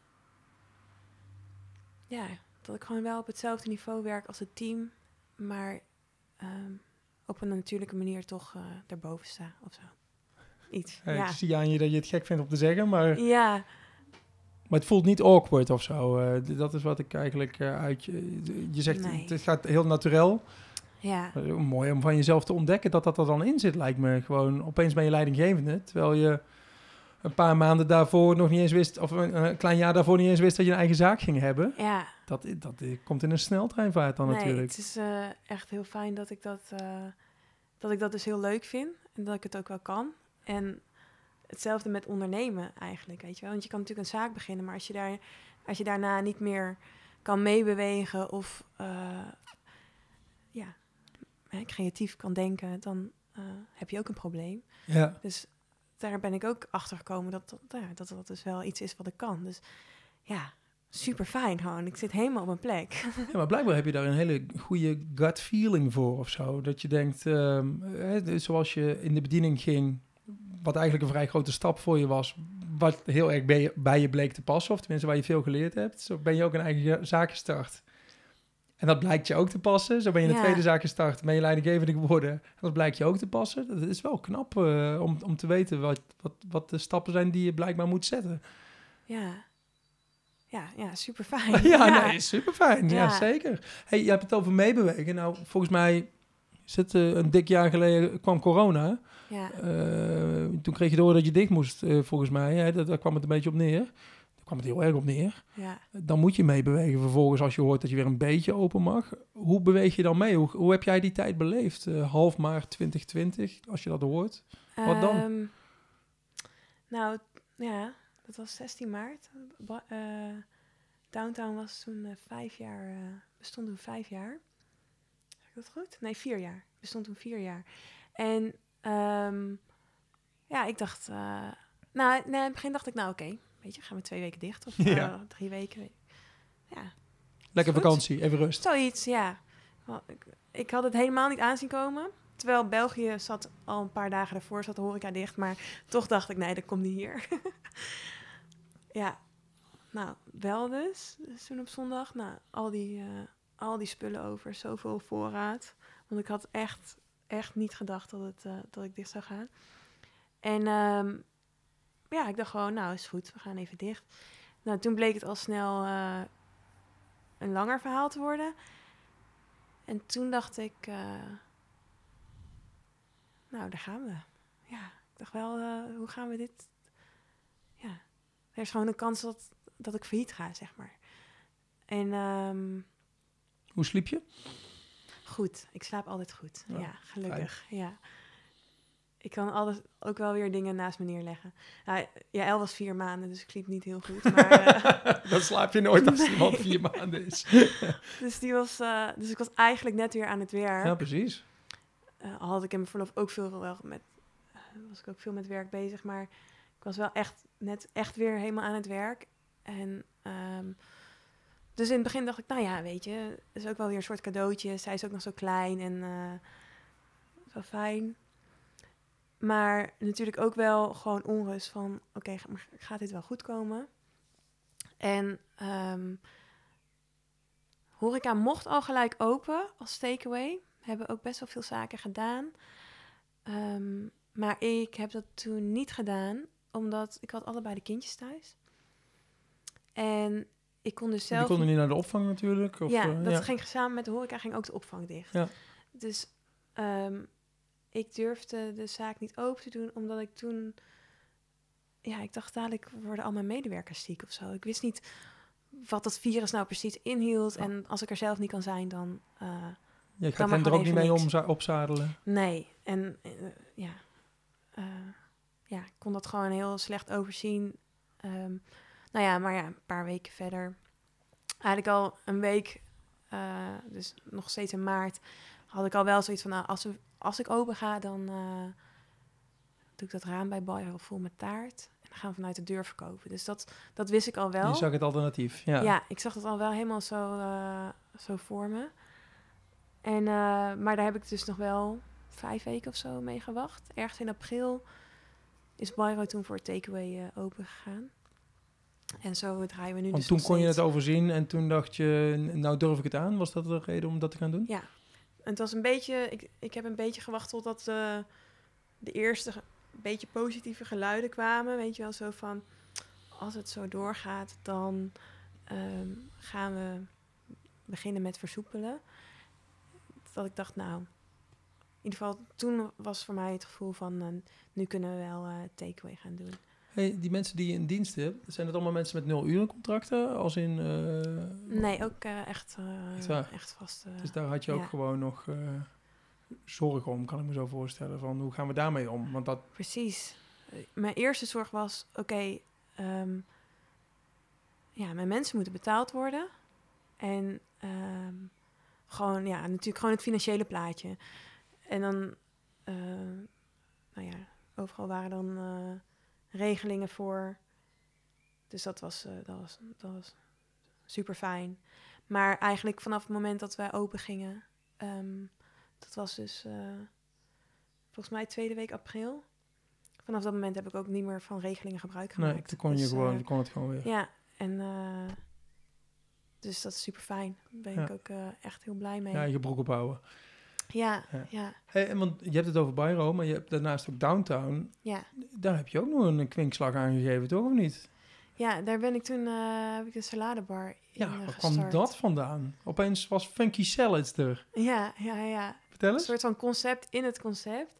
Ja, dat ik gewoon wel op hetzelfde niveau werk als het team. Maar um, op een natuurlijke manier toch uh, erboven sta of zo. Iets, Hey, ja. Ik zie aan je dat je het gek vindt om te zeggen, maar... Ja. Maar het voelt niet awkward of zo. Uh, dat is wat ik eigenlijk uh, uit je... Je zegt, nee. het gaat heel natuurlijk. Ja. Uh, mooi om van jezelf te ontdekken dat dat er dan in zit, lijkt me. Gewoon, opeens ben je leidinggevende, terwijl je een paar maanden daarvoor nog niet eens wist... of een, een klein jaar daarvoor niet eens wist dat je een eigen zaak ging hebben. Ja. Dat, dat, dat komt in een sneltreinvaart dan nee, natuurlijk. Het is uh, echt heel fijn dat ik dat, uh, dat ik dat dus heel leuk vind. En dat ik het ook wel kan. En hetzelfde met ondernemen eigenlijk, weet je wel. Want je kan natuurlijk een zaak beginnen, maar als je, daar, als je daarna niet meer kan meebewegen of uh, ja, creatief kan denken, dan uh, heb je ook een probleem. Ja. Dus daar ben ik ook achter gekomen dat dat, ja, dat dat dus wel iets is wat ik kan. Dus ja, super fijn gewoon. Ik zit helemaal op mijn plek. Ja, maar blijkbaar heb je daar een hele goede gut feeling voor of zo. Dat je denkt, um, hè, zoals je in de bediening ging, wat eigenlijk een vrij grote stap voor je was, wat heel erg bij je, bij je bleek te passen, of tenminste waar je veel geleerd hebt. Zo ben je ook een eigen zaak gestart. En dat blijkt je ook te passen. Zo ben je een ja. tweede zaak gestart, ben je leidinggevende geworden. En dat blijkt je ook te passen. Dat is wel knap uh, om, om te weten wat, wat, wat de stappen zijn die je blijkbaar moet zetten. Ja. Ja, ja, super fijn. ja, ja, nee, super fijn. Ja, ja zeker. Hey, je hebt het over meebewegen. Nou, volgens mij is het uh, een dik jaar geleden kwam corona. Ja. Uh, toen kreeg je door dat je dicht moest, uh, volgens mij. Hè? Dat, daar kwam het een beetje op neer. Daar kwam het heel erg op neer. Ja. Dan moet je meebewegen vervolgens als je hoort dat je weer een beetje open mag. Hoe beweeg je dan mee? Hoe, hoe heb jij die tijd beleefd? Uh, half maart twintig twintig, als je dat hoort. Wat dan? Um, nou, ja... Dat was zestien maart. Ba- uh, Downtown was toen uh, vijf jaar uh, bestond toen vijf jaar. Zeg ik dat goed? Nee, vier jaar. Bestond toen vier jaar. En um, ja, ik dacht... Uh, nou, nee, in het begin dacht ik, nou oké, okay, weet je, gaan we twee weken dicht of uh, ja. drie weken. Ja. Lekker vakantie, even rust. Zoiets, ja. Ik, ik had het helemaal niet aanzien komen. Terwijl België zat al een paar dagen daarvoor, zat de horeca dicht. Maar toch dacht ik, nee, dat komt niet hier. Ja, nou, wel dus. Dus toen op zondag, nou, al die, uh, al die spullen over, zoveel voorraad. Want ik had echt, echt niet gedacht dat, het, uh, dat ik dicht zou gaan. En um, ja, ik dacht gewoon, nou, is goed, we gaan even dicht. Nou, toen bleek het al snel uh, een langer verhaal te worden. En toen dacht ik, uh, nou, daar gaan we. Ja, ik dacht wel, uh, hoe gaan we dit... Ja, er is gewoon een kans dat, dat ik failliet ga, zeg maar. En... Um, hoe sliep je? Goed, ik slaap altijd goed. Ja, ja gelukkig. Fijn. Ja. Ik kan altijd ook wel weer dingen naast me neerleggen. Nou, ja, El was vier maanden, dus ik sliep niet heel goed. Maar, uh, dan slaap je nooit als nee. iemand vier maanden is. dus, die was, uh, dus ik was eigenlijk net weer aan het werk. Ja, precies. Uh, al had ik in mijn verlof ook veel wel met, uh, was ik ook veel met werk bezig, maar ik was wel echt net echt weer helemaal aan het werk. En um, dus in het begin dacht ik, nou ja, weet je, het is ook wel weer een soort cadeautje. Zij is ook nog zo klein en uh, zo fijn. Maar natuurlijk ook wel gewoon onrust van... oké, okay, gaat dit wel goed komen? En um, horeca mocht al gelijk open als takeaway. We hebben ook best wel veel zaken gedaan. Um, maar ik heb dat toen niet gedaan... omdat ik had allebei de kindjes thuis. En ik kon dus zelf... Die konden niet naar de opvang natuurlijk? Of, ja, uh, dat ja. ging samen met de horeca, ging ook de opvang dicht. Ja. Dus... Um, ik durfde de zaak niet open te doen, omdat ik toen... Ja, ik dacht dadelijk worden al mijn medewerkers ziek of zo. Ik wist niet wat dat virus nou precies inhield. Ja. En als ik er zelf niet kan zijn, dan... Uh, je gaat hen er ook niet mee om, opzadelen? Nee. En uh, ja, uh, ja, ik kon dat gewoon heel slecht overzien. Um, nou ja, maar ja, een paar weken verder. Eigenlijk al een week, uh, dus nog steeds in maart... had ik al wel zoiets van, nou, als, we, als ik open ga, dan uh, doe ik dat raam bij Bayer vol met taart. En dan gaan we vanuit de deur verkopen. Dus dat, dat wist ik al wel. Je zag het alternatief, ja. Ja, ik zag het al wel helemaal zo, uh, zo voor me. En, uh, maar daar heb ik dus nog wel vijf weken of zo mee gewacht. Ergens in april is Bayer toen voor takeaway uh, open gegaan. En zo draaien we nu Want dus toen nog kon steeds. je het overzien en toen dacht je, nou durf ik het aan. Was dat de reden om dat te gaan doen? Ja. En het was een beetje, ik, ik heb een beetje gewacht totdat uh, de eerste ge- beetje positieve geluiden kwamen. Weet je wel, zo van, als het zo doorgaat, dan um, gaan we beginnen met versoepelen. Dat ik dacht, nou, in ieder geval, toen was voor mij het gevoel van, uh, nu kunnen we wel uh, takeaway gaan doen. Hey, die mensen die je in dienst hebt, zijn het allemaal mensen met nul uren contracten? Als in... Uh, nee, ook uh, echt, uh, echt vast. Uh, dus daar had je ook ja. gewoon nog uh, zorgen om, kan ik me zo voorstellen. Van hoe gaan we daarmee om? Want dat... Precies. Uh, mijn eerste zorg was, oké, okay, um, ja, mijn mensen moeten betaald worden. En um, gewoon, ja, natuurlijk gewoon het financiële plaatje. En dan, uh, nou ja, overal waren dan... Uh, regelingen voor. Dus dat was, uh, dat was, dat was super fijn. Maar eigenlijk vanaf het moment dat wij open gingen, um, dat was dus uh, volgens mij tweede week april. Vanaf dat moment heb ik ook niet meer van regelingen gebruik gemaakt. Nee, toen kon je dus, gewoon, uh, je kon het gewoon weer. Ja, en uh, dus dat is super fijn. Daar ben ja. ik ook uh, echt heel blij mee. Ja, je broek ophouden. Ja, ja. ja. Hey, en want je hebt het over Bairo, maar je hebt daarnaast ook Downtown. Ja. Daar heb je ook nog een kwinkslag aan gegeven, toch? Of niet? Ja, daar ben ik toen, uh, heb ik een saladebar in Ja, uh, waar gestart. kwam dat vandaan? Opeens was Funky Salads er. Ja, ja, ja. Vertel eens. Een soort van concept in het concept.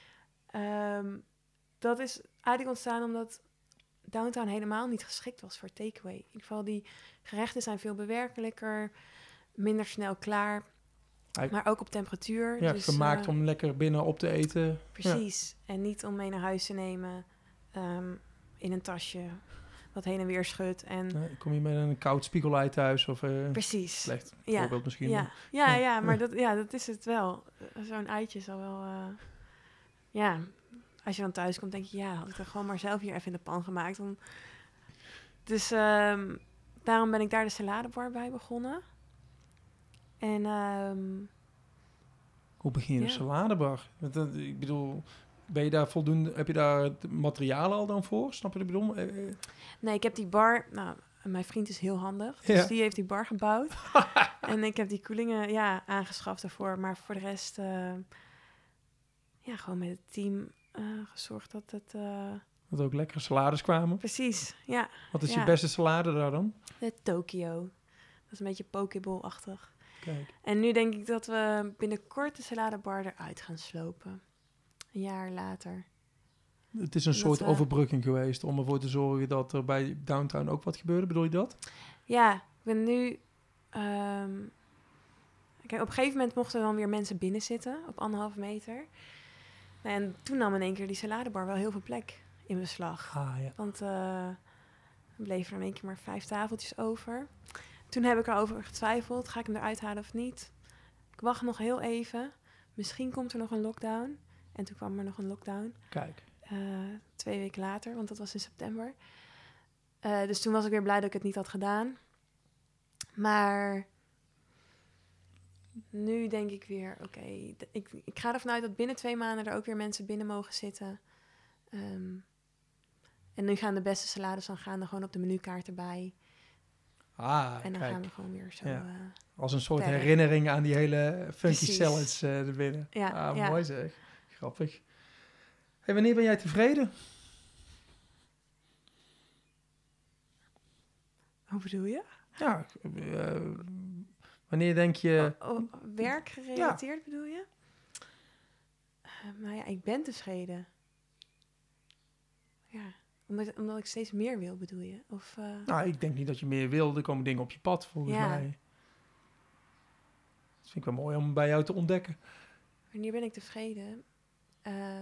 Um, dat is eigenlijk ontstaan omdat Downtown helemaal niet geschikt was voor takeaway. In ieder geval, die gerechten zijn veel bewerkelijker, minder snel klaar. Hij, maar ook op temperatuur. Ja, dus, gemaakt uh, om lekker binnen op te eten. Precies. Ja. En niet om mee naar huis te nemen um, in een tasje. wat heen en weer schudt. En Ja, kom je met een koud spiegelei thuis? Of, uh, precies. Slecht ja. voorbeeld misschien. Ja, ja, ja, ja maar dat, ja, dat is het wel. Zo'n eitje zal wel... Uh, ja, als je dan thuis komt, denk je... ja, had ik er gewoon maar zelf hier even in de pan gemaakt. Dan... Dus um, daarom ben ik daar de saladebar bij begonnen. En... Um, Hoe begin je ja. een saladebar? Want, uh, ik bedoel... Ben je daar voldoende... Heb je daar materialen al dan voor? Snap je wat ik bedoel? Uh, nee, ik heb die bar... Nou, mijn vriend is heel handig. Dus ja. die heeft die bar gebouwd. En ik heb die koelingen ja, aangeschaft ervoor. Maar voor de rest... Uh, ja, gewoon met het team uh, gezorgd dat het... Uh, dat ook lekkere salades kwamen. Precies, ja. Wat is ja. je beste salade daar dan? De Tokyo. Dat is een beetje pokeball-achtig. Kijk. En nu denk ik dat we binnenkort de saladebar eruit gaan slopen. Een jaar later. Het is een dat soort we... overbrugking geweest om ervoor te zorgen dat er bij Downtown ook wat gebeurde. Bedoel je dat? Ja, ik ben nu... Um... Kijk, op een gegeven moment mochten er dan weer mensen binnen zitten op anderhalve meter. En toen nam in één keer die saladebar wel heel veel plek in beslag. Ah, ja. Want uh, er bleven er in één keer maar vijf tafeltjes over. Toen heb ik erover getwijfeld. Ga ik hem eruit halen of niet? Ik wacht nog heel even. Misschien komt er nog een lockdown. En toen kwam er nog een lockdown. Kijk. Uh, twee weken later, want dat was in september. Uh, dus toen was ik weer blij dat ik het niet had gedaan. Maar... Nu denk ik weer, oké, okay, d- ik, ik ga ervan uit dat binnen twee maanden er ook weer mensen binnen mogen zitten. Um, en nu gaan de beste salades dan gaan er gewoon op de menukaart erbij. Ah, en dan kijk. gaan we gewoon weer zo... Ja. Uh, Als een soort verder. herinnering aan die hele funky Precies. salads uh, erbinnen. Ja, ah, ja. mooi zeg. Grappig. Hey, wanneer ben jij tevreden? Hoe bedoel je? Ja, uh, wanneer denk je... Oh, oh, werkgerelateerd ja. bedoel je? Uh, nou ja, ik ben tevreden. Ja, omdat, omdat ik steeds meer wil, bedoel je? Of, uh... Nou, ik denk niet dat je meer wil. Er komen dingen op je pad, volgens ja. mij. Dat vind ik wel mooi om bij jou te ontdekken. Wanneer ben ik tevreden? Uh,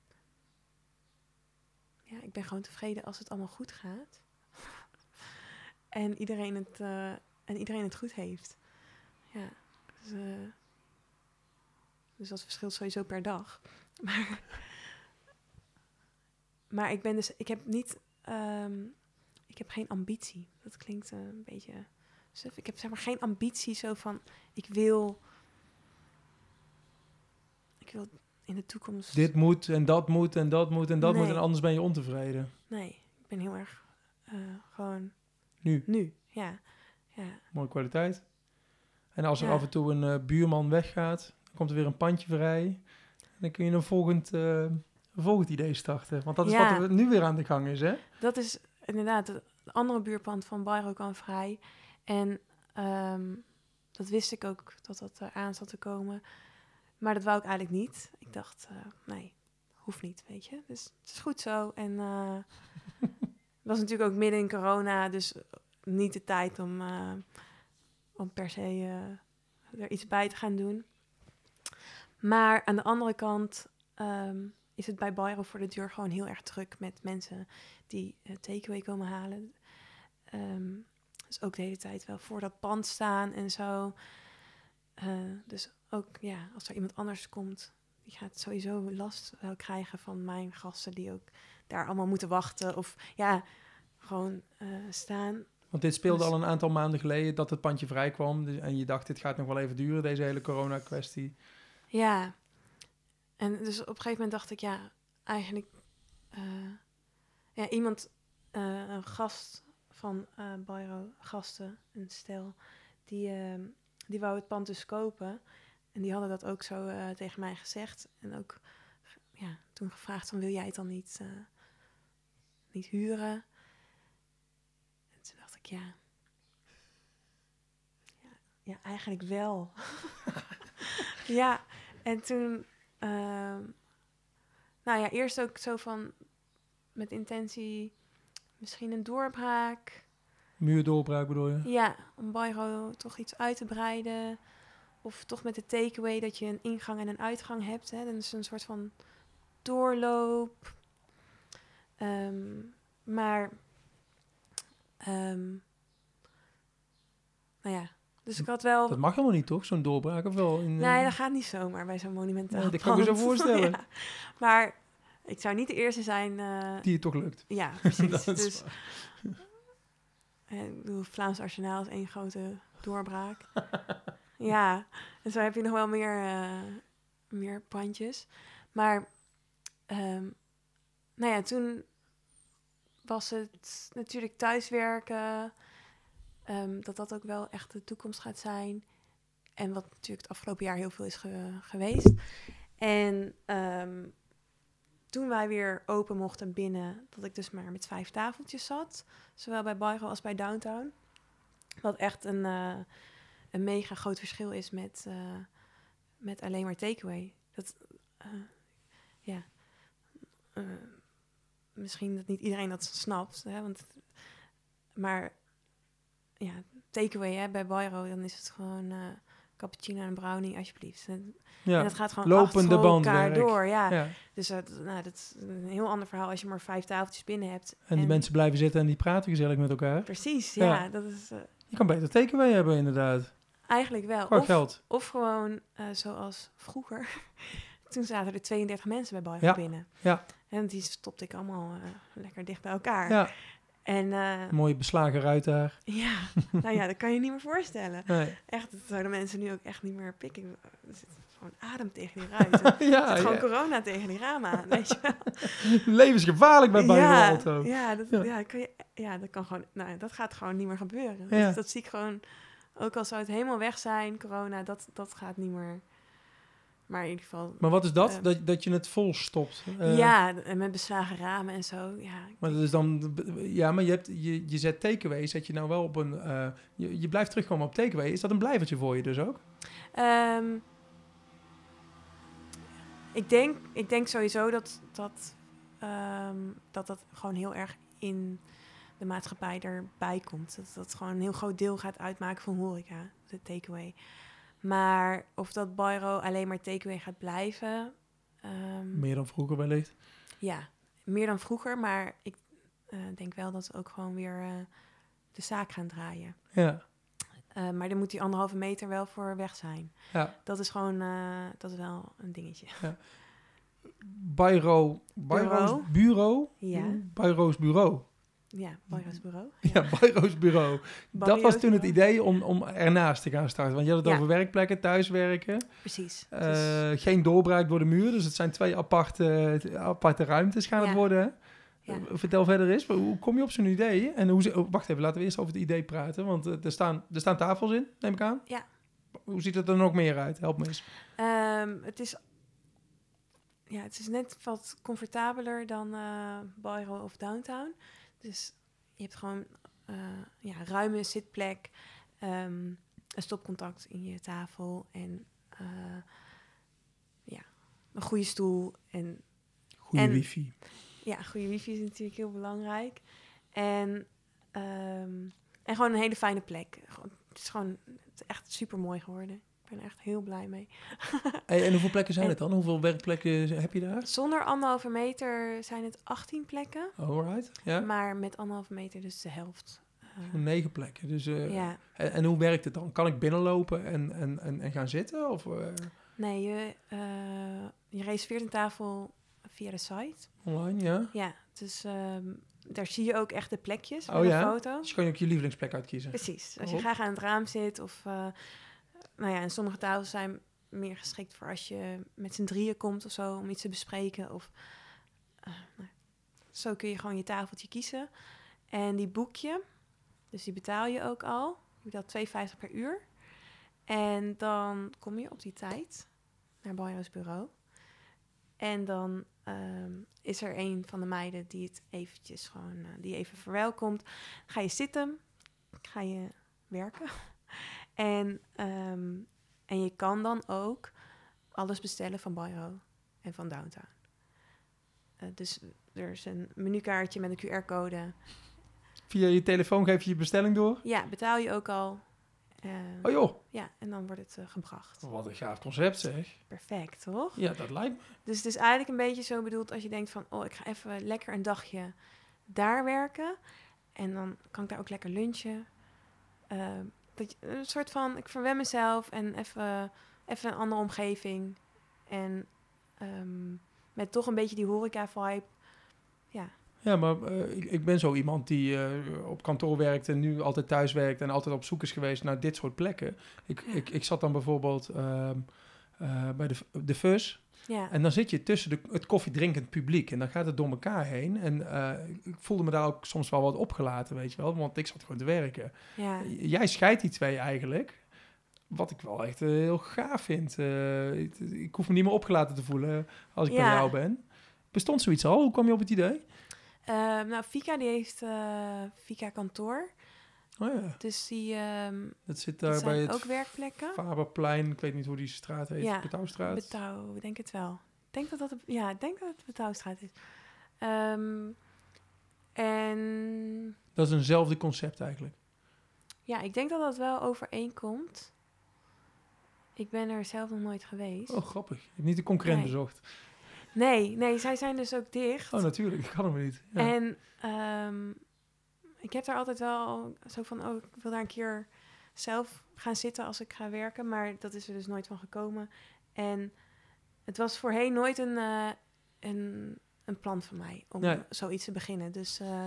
ja, ik ben gewoon tevreden als het allemaal goed gaat. en, iedereen het, uh, en iedereen het goed heeft. Ja, dus, uh, dus dat verschilt sowieso per dag. Maar, maar ik ben dus, ik heb niet, um, ik heb geen ambitie. Dat klinkt uh, een beetje suf. Ik heb zeg maar geen ambitie zo van, ik wil, ik wil in de toekomst. Dit moet en dat moet en dat moet en dat nee. moet en anders ben je ontevreden. Nee, ik ben heel erg uh, gewoon nu. Nu, ja. ja. Mooie kwaliteit. En als er ja. af en toe een uh, buurman weggaat, dan komt er weer een pandje vrij. En dan kun je een volgend, uh, een volgend idee starten. Want dat is ja. wat er nu weer aan de gang is, hè? Dat is inderdaad het andere buurpand van Bayrro kwam vrij. En um, dat wist ik ook dat dat uh, aan zat te komen. Maar dat wou ik eigenlijk niet. Ik dacht, uh, nee, hoeft niet, weet je. Dus het is goed zo. En uh, het was natuurlijk ook midden in corona, dus niet de tijd om, uh, om per se uh, er iets bij te gaan doen. Maar aan de andere kant um, is het bij Bayrro voor de deur gewoon heel erg druk met mensen die uh, takeaway komen halen. Um, dus ook de hele tijd wel voor dat pand staan en zo. Uh, dus ook, ja, als er iemand anders komt, die gaat sowieso last wel krijgen van mijn gasten die ook daar allemaal moeten wachten of ja, gewoon uh, staan. Want dit speelde dus, al een aantal maanden geleden dat het pandje vrij kwam. Dus, en je dacht, dit gaat nog wel even duren, deze hele corona-kwestie. Ja. En dus op een gegeven moment dacht ik, ja, eigenlijk... Uh, ja, iemand, uh, een gast van uh, Bayrro, gasten, een stel, die, uh, die wou het pand dus kopen. En die hadden dat ook zo uh, tegen mij gezegd. En ook ja, toen gevraagd van, wil jij het dan niet, uh, niet huren? En toen dacht ik, ja... Ja, ja eigenlijk wel. ja, en toen... Uh, nou ja, eerst ook zo van... Met intentie... Misschien een doorbraak. Muurdoorbraak bedoel je? Ja, om Bayrro toch iets uit te breiden. Of toch met de takeaway dat je een ingang en een uitgang hebt. Hè? Dan is het een soort van doorloop. Um, maar Um, nou ja, dus ik had wel... Dat mag helemaal niet, toch? Zo'n doorbraak of wel? In, Nee, dat gaat niet zomaar bij zo'n monumentaal nee, dat kan ik me zo voorstellen. Ja. Maar ik zou niet de eerste zijn... Uh, die het toch lukt. Ja, precies. dus, ik bedoel, Vlaams Arsenaal is één grote doorbraak. Ja, en zo heb je nog wel meer, uh, meer pandjes. Maar, um, nou ja, toen was het natuurlijk thuiswerken... Um, dat dat ook wel echt de toekomst gaat zijn. En wat natuurlijk het afgelopen jaar heel veel is ge- geweest. En um, toen wij weer open mochten binnen... dat ik dus maar met vijf tafeltjes zat. Zowel bij Bayrou als bij Downtown. Wat echt een, uh, een mega groot verschil is met, uh, met alleen maar takeaway. Dat, uh, ja... Uh, misschien dat niet iedereen dat snapt. Hè, want, maar... ja, takeaway hè, bij Bayrou, dan is het gewoon uh, cappuccino en brownie, alsjeblieft. En, ja, en dat gaat gewoon lopende achter elkaar bandwerk. door. Ja. Ja. Dus uh, nou, dat is een heel ander verhaal als je maar vijf tafeltjes binnen hebt. En die en, mensen blijven zitten en die praten gezellig met elkaar. Precies, ja. ja dat is, uh, je kan beter takeaway hebben, inderdaad. Eigenlijk wel. Qua of, geld. Of gewoon uh, zoals vroeger. Toen zaten er tweeëndertig mensen bij Bayrou ja. binnen. Ja. En die stopte ik allemaal uh, lekker dicht bij elkaar. Ja. En, uh, mooie beslagen ruit daar. Ja, nou ja, dat kan je niet meer voorstellen. Nee. Echt, dat zouden mensen nu ook echt niet meer pikken. Er zit gewoon adem tegen die ruiten. ja, er zit gewoon ja. corona tegen die ramen aan, weet je wel. Levensgevaarlijk bij Bayrou ja, Alto. Ja, dat, ja. Ja, kan je, ja, dat kan gewoon, nou, dat gaat gewoon niet meer gebeuren. Ja. Dus dat zie ik gewoon, ook al zou het helemaal weg zijn, corona, dat, dat gaat niet meer. Maar in ieder geval... Maar wat is dat? Uh, dat, dat je het vol stopt? Uh, ja, en met beslagen ramen en zo, ja. Maar dat is dan... Ja, maar je, hebt, je, je zet takeaway, zet je nou wel op een... Uh, je, je blijft terugkomen op takeaway. Is dat een blijvertje voor je dus ook? Um, ik, denk, ik denk sowieso dat dat, um, dat dat gewoon heel erg in de maatschappij erbij komt. Dat dat gewoon een heel groot deel gaat uitmaken van horeca, de takeaway. Maar of dat Bayrou alleen maar takeaway gaat blijven... Um, meer dan vroeger wellicht? Ja, meer dan vroeger. Maar ik uh, denk wel dat we ook gewoon weer uh, de zaak gaan draaien. Ja. Uh, maar dan moet die anderhalve meter wel voor weg zijn. Ja. Dat is gewoon, uh, dat is wel een dingetje. Ja. Bayrou, Bayrou's bureau? Ja. Bayrou's bureau. Ja, Bayrou's bureau. Ja, ja Bayrou's bureau. Dat was toen het idee om, om ernaast te gaan starten. Want je had het ja. over werkplekken, thuiswerken. Precies. Uh, dus... Geen doorbraak door de muur. Dus het zijn twee aparte, aparte ruimtes gaan ja. het worden. Ja. Uh, vertel verder eens. Hoe kom je op zo'n idee? En hoe, oh, wacht even, laten we eerst over het idee praten. Want uh, er, staan, er staan tafels in, neem ik aan. Ja. Hoe ziet het er nog meer uit? Help me eens. Um, het is... Ja, het is net wat comfortabeler dan uh, Bayrou of Downtown. Dus je hebt gewoon uh, ja, ruime zitplek, um, een stopcontact in je tafel en uh, ja, een goede stoel. En, goede en, wifi. Ja, goede wifi is natuurlijk heel belangrijk. En, um, en gewoon een hele fijne plek. Gewoon, het is gewoon het is echt super mooi geworden. Ik ben er echt heel blij mee. Hey, en hoeveel plekken zijn en, het dan? Hoeveel werkplekken heb je daar? Zonder anderhalve meter zijn het achttien plekken. Alright, ja. Maar met anderhalve meter dus de helft. Uh, negen plekken. Dus, uh, ja. en, en hoe werkt het dan? Kan ik binnenlopen en, en, en, en gaan zitten? Of, uh... Nee, je, uh, je reserveert een tafel via de site. Online, ja? Ja, dus um, daar zie je ook echt de plekjes oh, met ja? een foto. Dus je kan je ook je lievelingsplek uitkiezen? Precies. Als je oh. graag aan het raam zit of... Uh, nou ja, en sommige tafels zijn meer geschikt voor als je met z'n drieën komt of zo, om iets te bespreken. Of, uh, nou, zo kun je gewoon je tafeltje kiezen. En die boek je, dus die betaal je ook al. Je betaalt twee vijftig per uur. En dan kom je op die tijd naar Bayrou's bureau. En dan um, is er een van de meiden die het eventjes gewoon, uh, die even verwelkomt. Ga je zitten, ga je werken. En, um, en je kan dan ook alles bestellen van Bayrou en van Downtown. Uh, dus er is een menukaartje met een Q R-code. Via je telefoon geef je je bestelling door? Ja, betaal je ook al. Uh, oh joh. Ja, en dan wordt het uh, gebracht. Wat een gaaf concept zeg. Perfect, toch? Ja, dat lijkt me. Dus het is eigenlijk een beetje zo bedoeld als je denkt van... oh, ik ga even lekker een dagje daar werken. En dan kan ik daar ook lekker lunchen. Uh, dat je, een soort van, ik verwen mezelf en even, even een andere omgeving. En um, met toch een beetje die horeca-vibe. Ja. Ja, maar uh, ik, ik ben zo iemand die uh, op kantoor werkt en nu altijd thuis werkt en altijd op zoek is geweest naar dit soort plekken. Ik, ja. ik, ik zat dan bijvoorbeeld uh, uh, bij de, de Fus. Ja. En dan zit je tussen de, het koffiedrinkend publiek en dan gaat het door elkaar heen. En uh, ik voelde me daar ook soms wel wat opgelaten, weet je wel, want ik zat gewoon te werken. Ja. Jij scheidt die twee eigenlijk, wat ik wel echt uh, heel gaaf vind. Uh, ik, ik hoef me niet meer opgelaten te voelen als ik ja. bij jou ben. Bestond zoiets al? Hoe kwam je op het idee? Uh, nou, Fika die heeft uh, Fika kantoor. Oh ja. Dus die um, dat zit daar bij het ook werkplekken. Faberplein. Ik weet niet hoe die straat heet. Ja, Betouwstraat. Betouw, ik denk het wel. Ik denk dat dat, ja, ik denk dat het Betouwstraat is. Um, en dat is eenzelfde concept eigenlijk. Ja, ik denk dat dat wel overeenkomt. Ik ben er zelf nog nooit geweest. Oh, grappig. Je hebt niet de concurrent nee. bezocht. Nee, nee, zij zijn dus ook dicht. Oh, natuurlijk. Ik kan hem niet. Ja. En um, ik heb daar altijd wel zo van, oh, ik wil daar een keer zelf gaan zitten als ik ga werken. Maar dat is er dus nooit van gekomen. En het was voorheen nooit een, uh, een, een plan van mij om nee. zoiets te beginnen. Dus uh,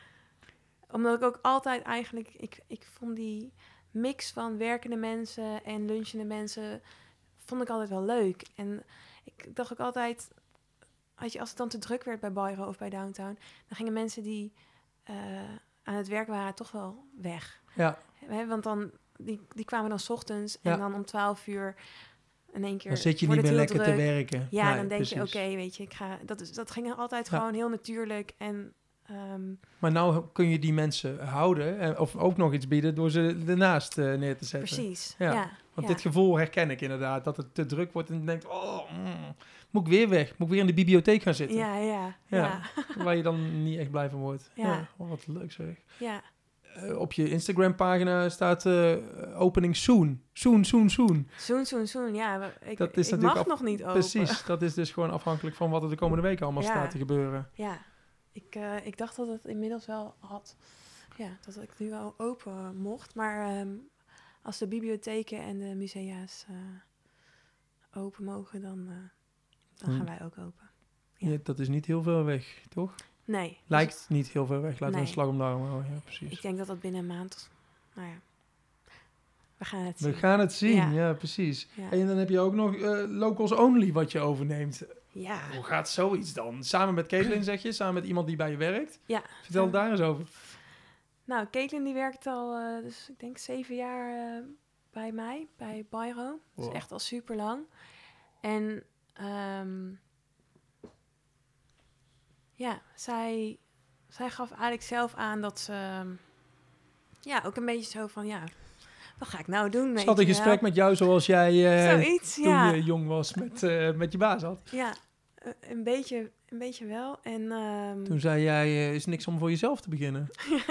omdat ik ook altijd eigenlijk, ik, ik vond die mix van werkende mensen en lunchende mensen, vond ik altijd wel leuk. En ik dacht ook altijd, als het dan te druk werd bij Bairo of bij Downtown, dan gingen mensen die uh, aan het werk waren toch wel weg. Ja. He, want dan, die, die kwamen dan 's ochtends ja. en dan om twaalf uur in één keer. Dan zit je niet meer lekker druk. te werken. Ja, nee, dan denk precies. je, oké, okay, weet je, ik ga. Dat, is, dat ging altijd ja. gewoon heel natuurlijk. En, um, maar nou kun je die mensen houden, en, of ook nog iets bieden door ze ernaast uh, neer te zetten. Precies. Ja. ja Want ja. dit gevoel herken ik inderdaad, dat het te druk wordt en je denkt, oh, mm, moet ik weer weg? Moet ik weer in de bibliotheek gaan zitten? Ja, ja. ja. ja. Waar je dan niet echt blij van wordt. Ja. ja. Oh, wat leuk zeg. Ja. Uh, op je Instagram-pagina staat uh, opening soon. Soon, soon, soon. Soon, soon, soon. Ja, ik, dat is ik mag af- nog niet open. Precies, dat is dus gewoon afhankelijk van wat er de komende weken allemaal ja. staat te gebeuren. Ja, ik, uh, ik dacht dat het inmiddels wel had. Ja, dat ik nu wel open mocht. Maar um, als de bibliotheken en de musea's uh, open mogen, dan, uh, dan hmm. gaan wij ook open. Ja. Ja, dat is niet heel ver weg, toch? Nee. Lijkt dus, niet heel ver weg. Laten nee. we een slag om de arm houden. Ja, precies. Ik denk dat dat binnen een maand... Nou ja, we gaan het zien. We gaan het zien, ja, ja precies. Ja. En dan heb je ook nog uh, Locals Only wat je overneemt. Ja. Hoe gaat zoiets dan? Samen met Caitlin, zeg je? Samen met iemand die bij je werkt? Ja. Vertel uh, daar eens over. Nou, Caitlin die werkt al, uh, dus ik denk zeven jaar uh, bij mij, bij Bairo. Wow. Dat is echt al super lang. En... Um, ja, zij, zij gaf eigenlijk zelf aan dat ze... Ja, ook een beetje zo van, ja, wat ga ik nou doen? Ze had een gesprek wel? met jou zoals jij uh, Zoiets, toen ja. je jong was met, uh, met je baas had. Ja, uh, een, beetje, een beetje wel. En, um... toen zei jij, uh, is niks om voor jezelf te beginnen.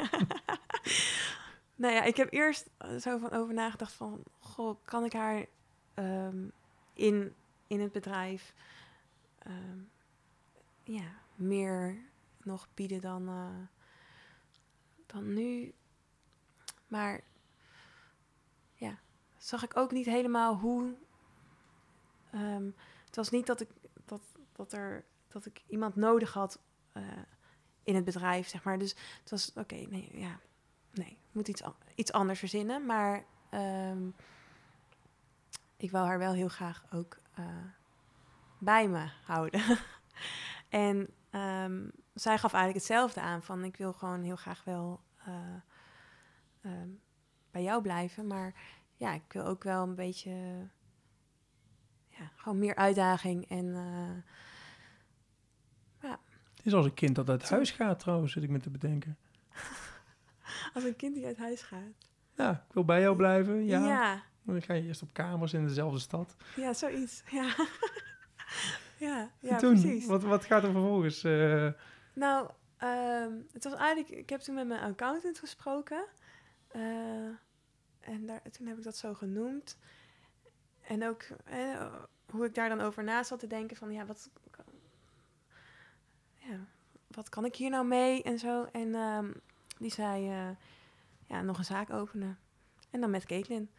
Nou ja, ik heb eerst zo van over nagedacht van... Goh, kan ik haar um, in, in het bedrijf... Um, ja, meer nog bieden dan, uh, dan nu. Maar ja, zag ik ook niet helemaal hoe... Um, het was niet dat ik, dat, dat er, dat ik iemand nodig had uh, in het bedrijf, zeg maar. Dus het was, oké, okay, nee, ja, nee, ik moet iets, iets anders verzinnen. Maar um, ik wou haar wel heel graag ook uh, bij me houden. En um, zij gaf eigenlijk hetzelfde aan van ik wil gewoon heel graag wel uh, um, bij jou blijven. Maar ja, ik wil ook wel een beetje ja, gewoon meer uitdaging. En uh, ja. Het is als een kind dat uit Zo. huis gaat trouwens, zit ik me te bedenken. Als een kind die uit huis gaat. Ja, ik wil bij jou blijven. Ja. ja. Dan ga je eerst op kamers in dezelfde stad. Ja, zoiets. Ja. Ja, ja toen, precies. Wat, wat gaat er vervolgens? Uh... Nou, um, het was eigenlijk... Ik heb toen met mijn accountant gesproken. Uh, en daar, toen heb ik dat zo genoemd. En ook eh, hoe ik daar dan over na zat te denken van... Ja, wat, ja, wat kan ik hier nou mee? En zo. En um, Die zei, uh, ja, nog een zaak openen. En dan met Caitlin.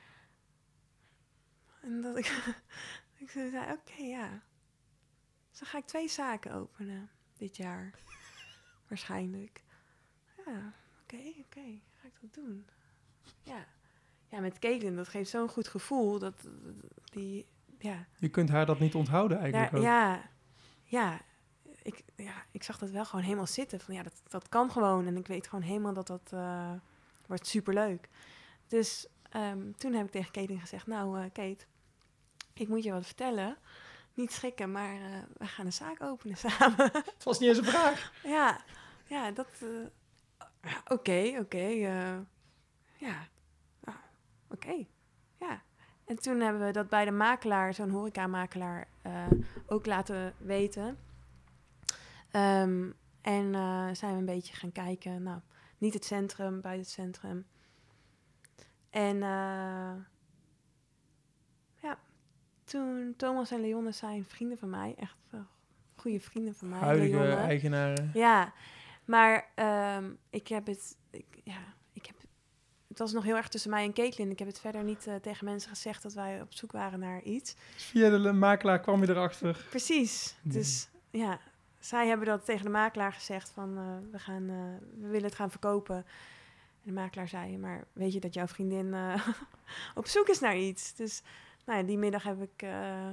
En dat ik, ik zei, oké, okay, ja. Dus dan ga ik twee zaken openen dit jaar. Waarschijnlijk. Ja, oké, okay, oké. Okay. Ga ik dat doen? Ja. Ja, met Caitlin, dat geeft zo'n goed gevoel. Dat die, ja. Je kunt haar dat niet onthouden eigenlijk Daar, ook. Ja, ja. Ik, ja, ik zag dat wel gewoon helemaal zitten. Van ja, dat, dat kan gewoon. En ik weet gewoon helemaal dat dat uh, wordt superleuk. Dus um, toen heb ik tegen Caitlin gezegd, nou uh, Kate, ik moet je wat vertellen. Niet schrikken, maar uh, we gaan een zaak openen samen. Het was niet eens een vraag. ja, ja, dat... Uh, oké, okay, oké. Okay, uh, ja, uh, oké. Okay, ja. En toen hebben we dat bij de makelaar, zo'n horecamakelaar, uh, ook laten weten. Um, en uh, zijn we een beetje gaan kijken. Nou, niet het centrum, buiten het centrum. En uh, ja, toen Thomas en Leonne zijn vrienden van mij. Echt uh, goede vrienden van mij. Huidige Leonne. eigenaren. Ja, maar um, ik heb het... Ik, ja, ik heb, het was nog heel erg tussen mij en Caitlin. Ik heb het verder niet uh, tegen mensen gezegd dat wij op zoek waren naar iets. Dus via de makelaar kwam je erachter. Precies. Nee. Dus ja, zij hebben dat tegen de makelaar gezegd van uh, we gaan, uh, we willen het gaan verkopen. En de makelaar zei, maar weet je dat jouw vriendin uh, op zoek is naar iets? Dus nou ja, die middag heb ik... Uh,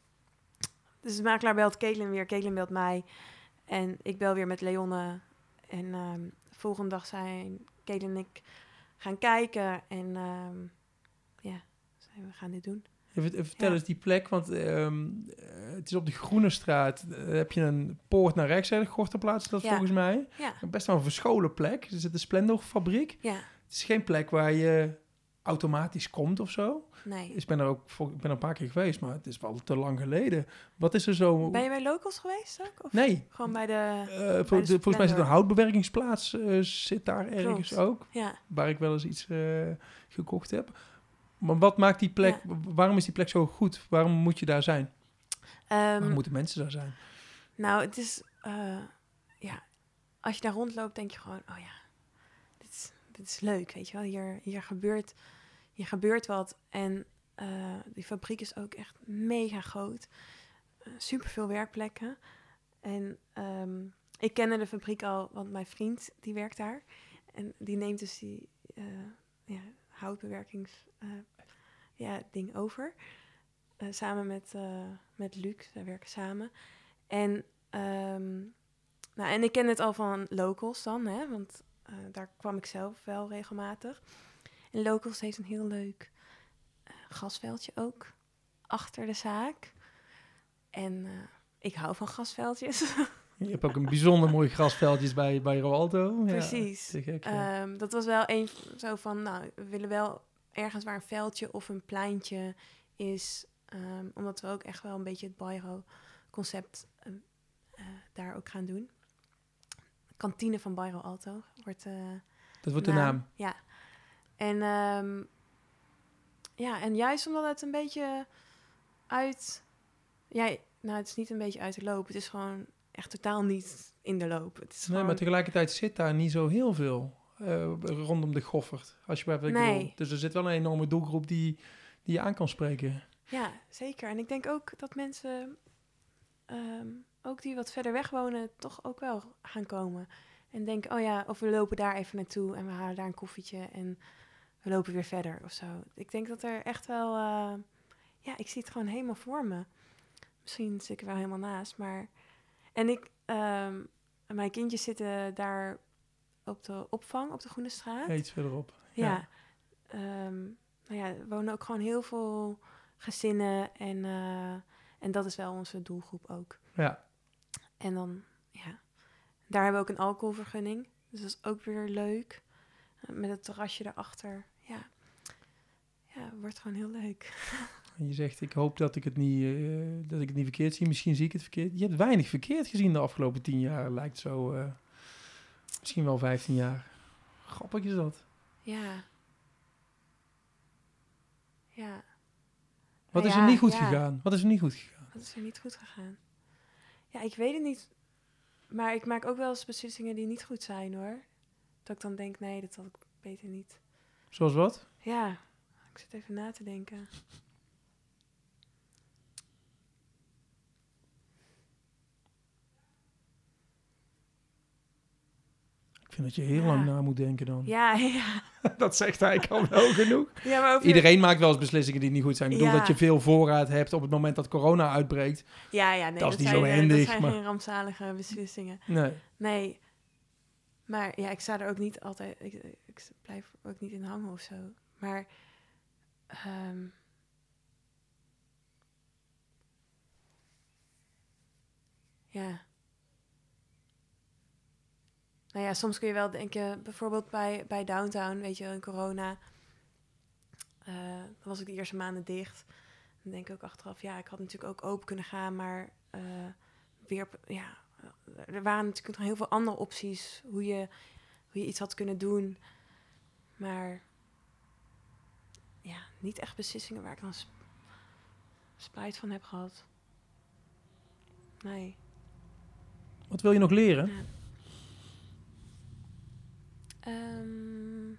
dus de makelaar belt Caitlin weer, Caitlin belt mij. En ik bel weer met Leonne. En uh, de volgende dag zijn Caitlin en ik gaan kijken. En uh, ja, we gaan dit doen. Even, vertel ja. eens die plek, want um, het is op de Groene Straat. Uh, heb je een poort naar rechts, de Gorterplaats, dat ja. volgens mij. Ja. Best wel een verscholen plek. Er zit een Splendor-fabriek. Ja. Het is geen plek waar je automatisch komt of zo. Nee. Ik ben er ook ik ben er een paar keer geweest, maar het is wel te lang geleden. Wat is er zo... Ben je bij Locals geweest ook? Of nee. Gewoon bij de... Uh, bij de, de volgens mij zit een houtbewerkingsplaats, uh, zit daar ergens Klopt. ook. Ja. Waar ik wel eens iets uh, gekocht heb. Maar wat maakt die plek... Ja. Waarom is die plek zo goed? Waarom moet je daar zijn? Um, Waarom moeten mensen daar zijn? Nou, het is... Uh, ja, als je daar rondloopt, denk je gewoon... Oh ja, dit is, dit is leuk, weet je wel. Hier, hier, gebeurt, hier gebeurt wat. En uh, die fabriek is ook echt mega groot. Uh, superveel werkplekken. En um, ik kende de fabriek al, want mijn vriend, die werkt daar. En die neemt dus die... Uh, ja, houtbewerkings uh, ja, ding over. Uh, samen met, uh, met Luc. Zij werken samen. En, um, nou, en ik ken het al van Locals dan, hè, want uh, daar kwam ik zelf wel regelmatig. En Locals heeft een heel leuk uh, gasveldje ook. Achter de zaak. En uh, ik hou van gasveldjes. Je hebt ook een bijzonder mooi grasveldjes bij, bij Roalto. Precies. Ja, gek, ja. um, dat was wel een zo van, nou, we willen wel ergens waar een veldje of een pleintje is. Um, omdat we ook echt wel een beetje het Bairo-concept um, uh, daar ook gaan doen. De kantine van Bairo Alto wordt uh, Dat wordt naam. de naam. Ja. En, um, ja, en juist omdat het een beetje uit... Ja, nou, het is niet een beetje uit de loop. Het is gewoon... echt totaal niet in de loop. Het is nee, gewoon... maar tegelijkertijd zit daar niet zo heel veel uh, rondom de Goffert. Als je bij wat ik nee. bedoel. Dus er zit wel een enorme doelgroep die, die je aan kan spreken. Ja, zeker. En ik denk ook dat mensen, um, ook die wat verder weg wonen, toch ook wel gaan komen. En denken, oh ja, of we lopen daar even naartoe en we halen daar een koffietje en we lopen weer verder of zo. Ik denk dat er echt wel, uh, ja, ik zie het gewoon helemaal voor me. Misschien zit ik er wel helemaal naast, maar... En ik, um, mijn kindjes zitten daar op de opvang, op de Groene Straat. Ja, iets verderop. Ja. ja. Um, nou ja, er wonen ook gewoon heel veel gezinnen. En, uh, en dat is wel onze doelgroep ook. Ja. En dan, ja. Daar hebben we ook een alcoholvergunning. Dus dat is ook weer leuk. Uh, met het terrasje daarachter. Ja. Ja, het wordt gewoon heel leuk. En je zegt, ik hoop dat ik het niet, uh, dat ik het niet verkeerd zie. Misschien zie ik het verkeerd. Je hebt weinig verkeerd gezien de afgelopen tien jaar. Lijkt zo, uh, misschien wel vijftien jaar. Grappig is dat. Ja. Ja. Wat ja, is er niet goed ja. gegaan? Wat is er niet goed gegaan? Wat is er niet goed gegaan? Ja, ik weet het niet. Maar ik maak ook wel eens beslissingen die niet goed zijn, hoor. Dat ik dan denk, nee, dat had ik beter niet. Zoals wat? Ja, ik zit even na te denken. Ik vind dat je heel Ja. lang na moet denken dan. Ja, ja. Dat zegt eigenlijk al wel genoeg. ja maar over... Iedereen maakt wel eens beslissingen die niet goed zijn. Ik bedoel Ja. dat je veel voorraad hebt op het moment dat corona uitbreekt. Ja, ja, nee, Dat is niet zijn, zo eh, handig, Dat zijn maar- geen rampzalige beslissingen. Nee. Nee, maar ja, ik sta er ook niet altijd... Ik, ik blijf ook niet in hangen of zo. Maar... Um, ja... Nou ja, soms kun je wel denken, bijvoorbeeld bij, bij Downtown, weet je, in corona, uh, dan was ik de eerste maanden dicht. Dan denk ik ook achteraf, ja, ik had natuurlijk ook open kunnen gaan, maar uh, weer, ja, er waren natuurlijk nog heel veel andere opties hoe je, hoe je iets had kunnen doen. Maar ja, niet echt beslissingen waar ik dan sp- spijt van heb gehad. Nee. Wat wil je nog leren? Ja. Um,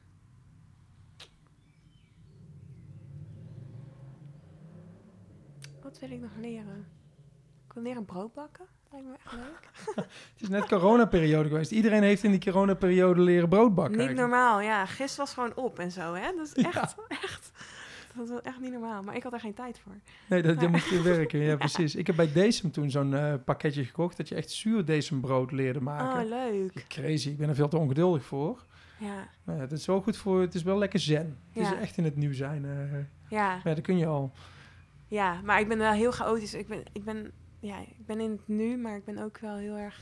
wat wil ik nog leren? Ik wil leren brood bakken. Lijkt me echt leuk. Het is net coronaperiode geweest. Iedereen heeft in die coronaperiode leren brood bakken. Niet eigenlijk. normaal, ja. Gisteren was gewoon op en zo, hè. Dat is echt, Ja. echt... Dat was echt niet normaal. Maar ik had er geen tijd voor. Nee, dat, dat Maar- moet je werken. Ja, precies. Ik heb bij Decem toen zo'n uh, pakketje gekocht dat je echt zuur decembrood leerde maken. Oh, leuk. Crazy. Ik ben er veel te ongeduldig voor. Ja, Maar ja, het is wel goed voor... Het is wel lekker zen. Het Ja. is echt in het nu zijn. Uh, ja. maar ja, dat kun je al. Ja, maar ik ben wel heel chaotisch. Ik ben, ik ben, ja, ik ben in het nu, maar ik ben ook wel heel erg...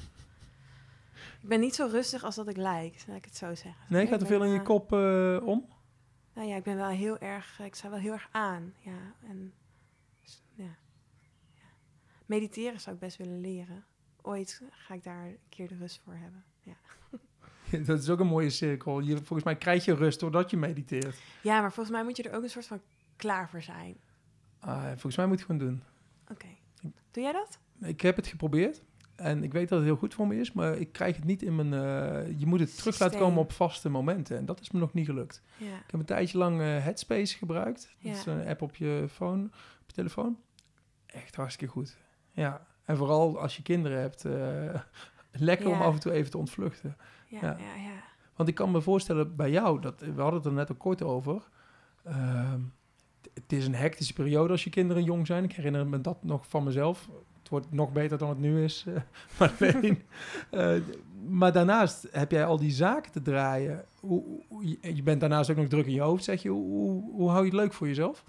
Ik ben niet zo rustig als dat ik lijk, laat ik het zo zeggen. Nee, Ik gaat er ben, veel in je eh, kop uh, om? Nou ja, ik ben wel heel erg... Ik sta wel heel erg aan, ja. En, ja. ja. Mediteren zou ik best willen leren. Ooit ga ik daar een keer de rust voor hebben, ja. Dat is ook een mooie cirkel. Je, volgens mij krijg je rust doordat je mediteert. Ja, maar volgens mij moet je er ook een soort van klaar voor zijn. Uh, volgens mij moet je het gewoon doen. Oké. Okay. Doe jij dat? Ik heb het geprobeerd. En ik weet dat het heel goed voor me is. Maar ik krijg het niet in mijn... Uh, je moet het terug laten komen op vaste momenten. En dat is me nog niet gelukt. Ja. Ik heb een tijdje lang uh, Headspace gebruikt. Dat Ja. is een app op je phone, op je telefoon. Echt hartstikke goed. Ja. En vooral als je kinderen hebt... Uh, lekker ja. om af en toe even te ontvluchten. Ja, Ja. ja, ja. Want ik kan me voorstellen bij jou, dat, we hadden het er net ook kort over. Uh, het is een hectische periode als je kinderen jong zijn. Ik herinner me dat nog van mezelf. Het wordt nog beter dan het nu is. Uh, maar, nee. uh, maar daarnaast heb jij al die zaken te draaien. Hoe, hoe, je bent daarnaast ook nog druk in je hoofd, zeg je. Hoe, hoe, hoe hou je het leuk voor jezelf?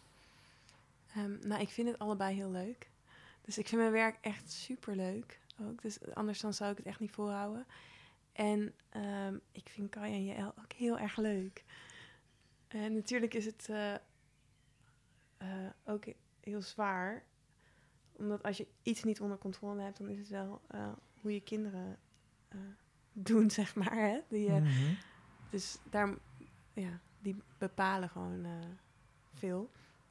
Um, nou, ik vind het allebei heel leuk. Dus ik vind mijn werk echt super leuk. Ook. Dus anders dan zou ik het echt niet volhouden. En um, ik vind Kaya en Jaël ook heel erg leuk. En natuurlijk is het uh, uh, ook heel zwaar. Omdat als je iets niet onder controle hebt, dan is het wel uh, hoe je kinderen uh, doen, zeg maar. Hè? Die, uh, mm-hmm. Dus daar, ja, die bepalen gewoon uh, veel.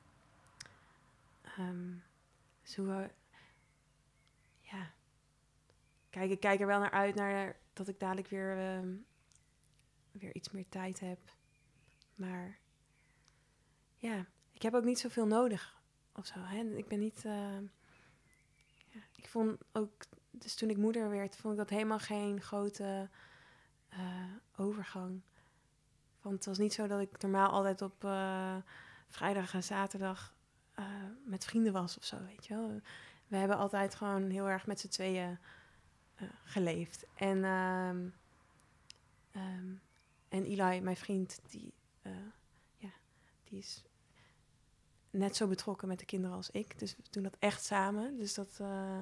Um, dus hoe... Uh, ja... Kijk, ik kijk er wel naar uit naar dat ik dadelijk weer, um, weer iets meer tijd heb. Maar ja, ik heb ook niet zoveel nodig of zo. Hè? Ik ben niet... Uh, ja, ik vond ook... Dus toen ik moeder werd, vond ik dat helemaal geen grote uh, overgang. Want het was niet zo dat ik normaal altijd op uh, vrijdag en zaterdag uh, met vrienden was of zo, weet je wel. We hebben altijd gewoon heel erg met z'n tweeën... Uh, geleefd. En, um, um, en Eli, mijn vriend, die, uh, ja, die is net zo betrokken met de kinderen als ik. Dus we doen dat echt samen. Dus dat, uh,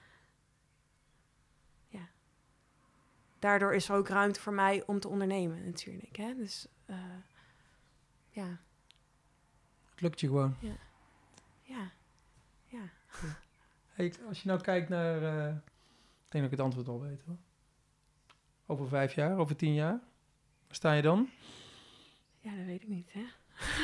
ja. Daardoor is er ook ruimte voor mij om te ondernemen, natuurlijk. Hè? Dus, uh, ja. Het lukt je gewoon. Ja. Ja. Ja. Hey, als je nou kijkt naar... Uh... Ik denk dat ik het antwoord al weet, hoor. Over vijf jaar, over tien jaar? Waar sta je dan? Ja, dat weet ik niet, hè?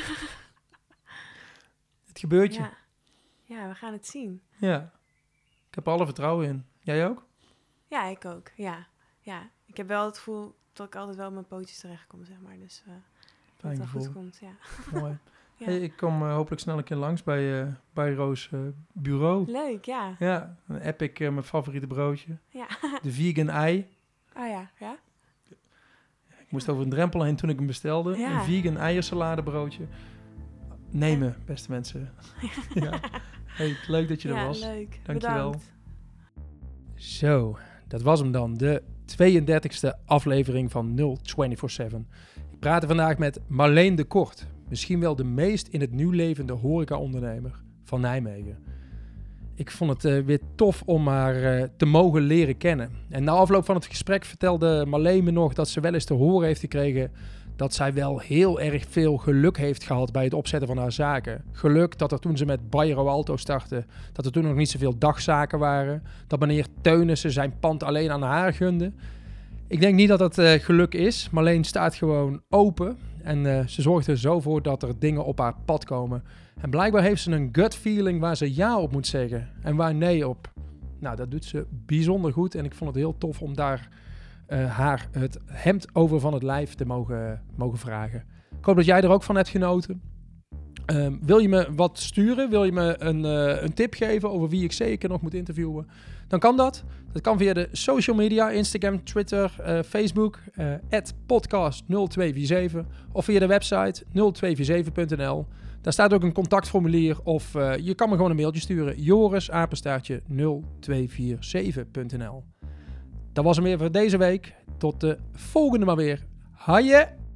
Het gebeurt je. Ja. Ja, we gaan het zien. Ja. Ik heb er alle vertrouwen in. Jij ook? Ja, ik ook, ja. ja, ik heb wel het gevoel dat ik altijd wel op mijn pootjes terechtkom, zeg maar. Dus uh, dat het wel gevoel. goed komt, ja. Mooi. Ja. Hey, ik kom uh, hopelijk snel een keer langs bij, uh, bij Roos uh, bureau. Leuk, ja. Ja, dan app ik uh, mijn favoriete broodje. Ja. De vegan ei. Oh ja, ja. Ik moest over een drempel heen toen ik hem bestelde. Ja. Een vegan eiersaladebroodje. Nemen, beste mensen. Ja. Hey, leuk dat je er ja, was. Leuk. Dankjewel. Bedankt. Zo, dat was hem dan. De tweeëndertigste aflevering van nul vierentwintig zeven. Ik praatte vandaag met Marleen de Kort. Misschien wel de meest in het nu levende horeca-ondernemer van Nijmegen. Ik vond het uh, weer tof om haar uh, te mogen leren kennen. En na afloop van het gesprek vertelde Marleen me nog dat ze wel eens te horen heeft gekregen dat zij wel heel erg veel geluk heeft gehad bij het opzetten van haar zaken. Geluk dat er toen ze met Bayero Alto startte, dat er toen nog niet zoveel dagzaken waren. Dat meneer Teunissen zijn pand alleen aan haar gunde. Ik denk niet dat dat uh, geluk is. Marleen staat gewoon open. En uh, ze zorgt er zo voor dat er dingen op haar pad komen. En blijkbaar heeft ze een gut feeling waar ze ja op moet zeggen. En waar nee op. Nou, dat doet ze bijzonder goed. En ik vond het heel tof om daar uh, haar het hemd over van het lijf te mogen, mogen vragen. Ik hoop dat jij er ook van hebt genoten. Um, wil je me wat sturen? Wil je me een, uh, een tip geven over wie ik zeker nog moet interviewen? Dan kan dat. Dat kan via de social media, Instagram, Twitter, uh, Facebook, uh, at podcast nul twee vier zeven of via de website nul twee vier zeven punt n l. Daar staat ook een contactformulier of uh, je kan me gewoon een mailtje sturen. Joris apenstaartje nul twee vier zeven punt n l. Dat was hem weer voor deze week. Tot de volgende maar weer. Haaien!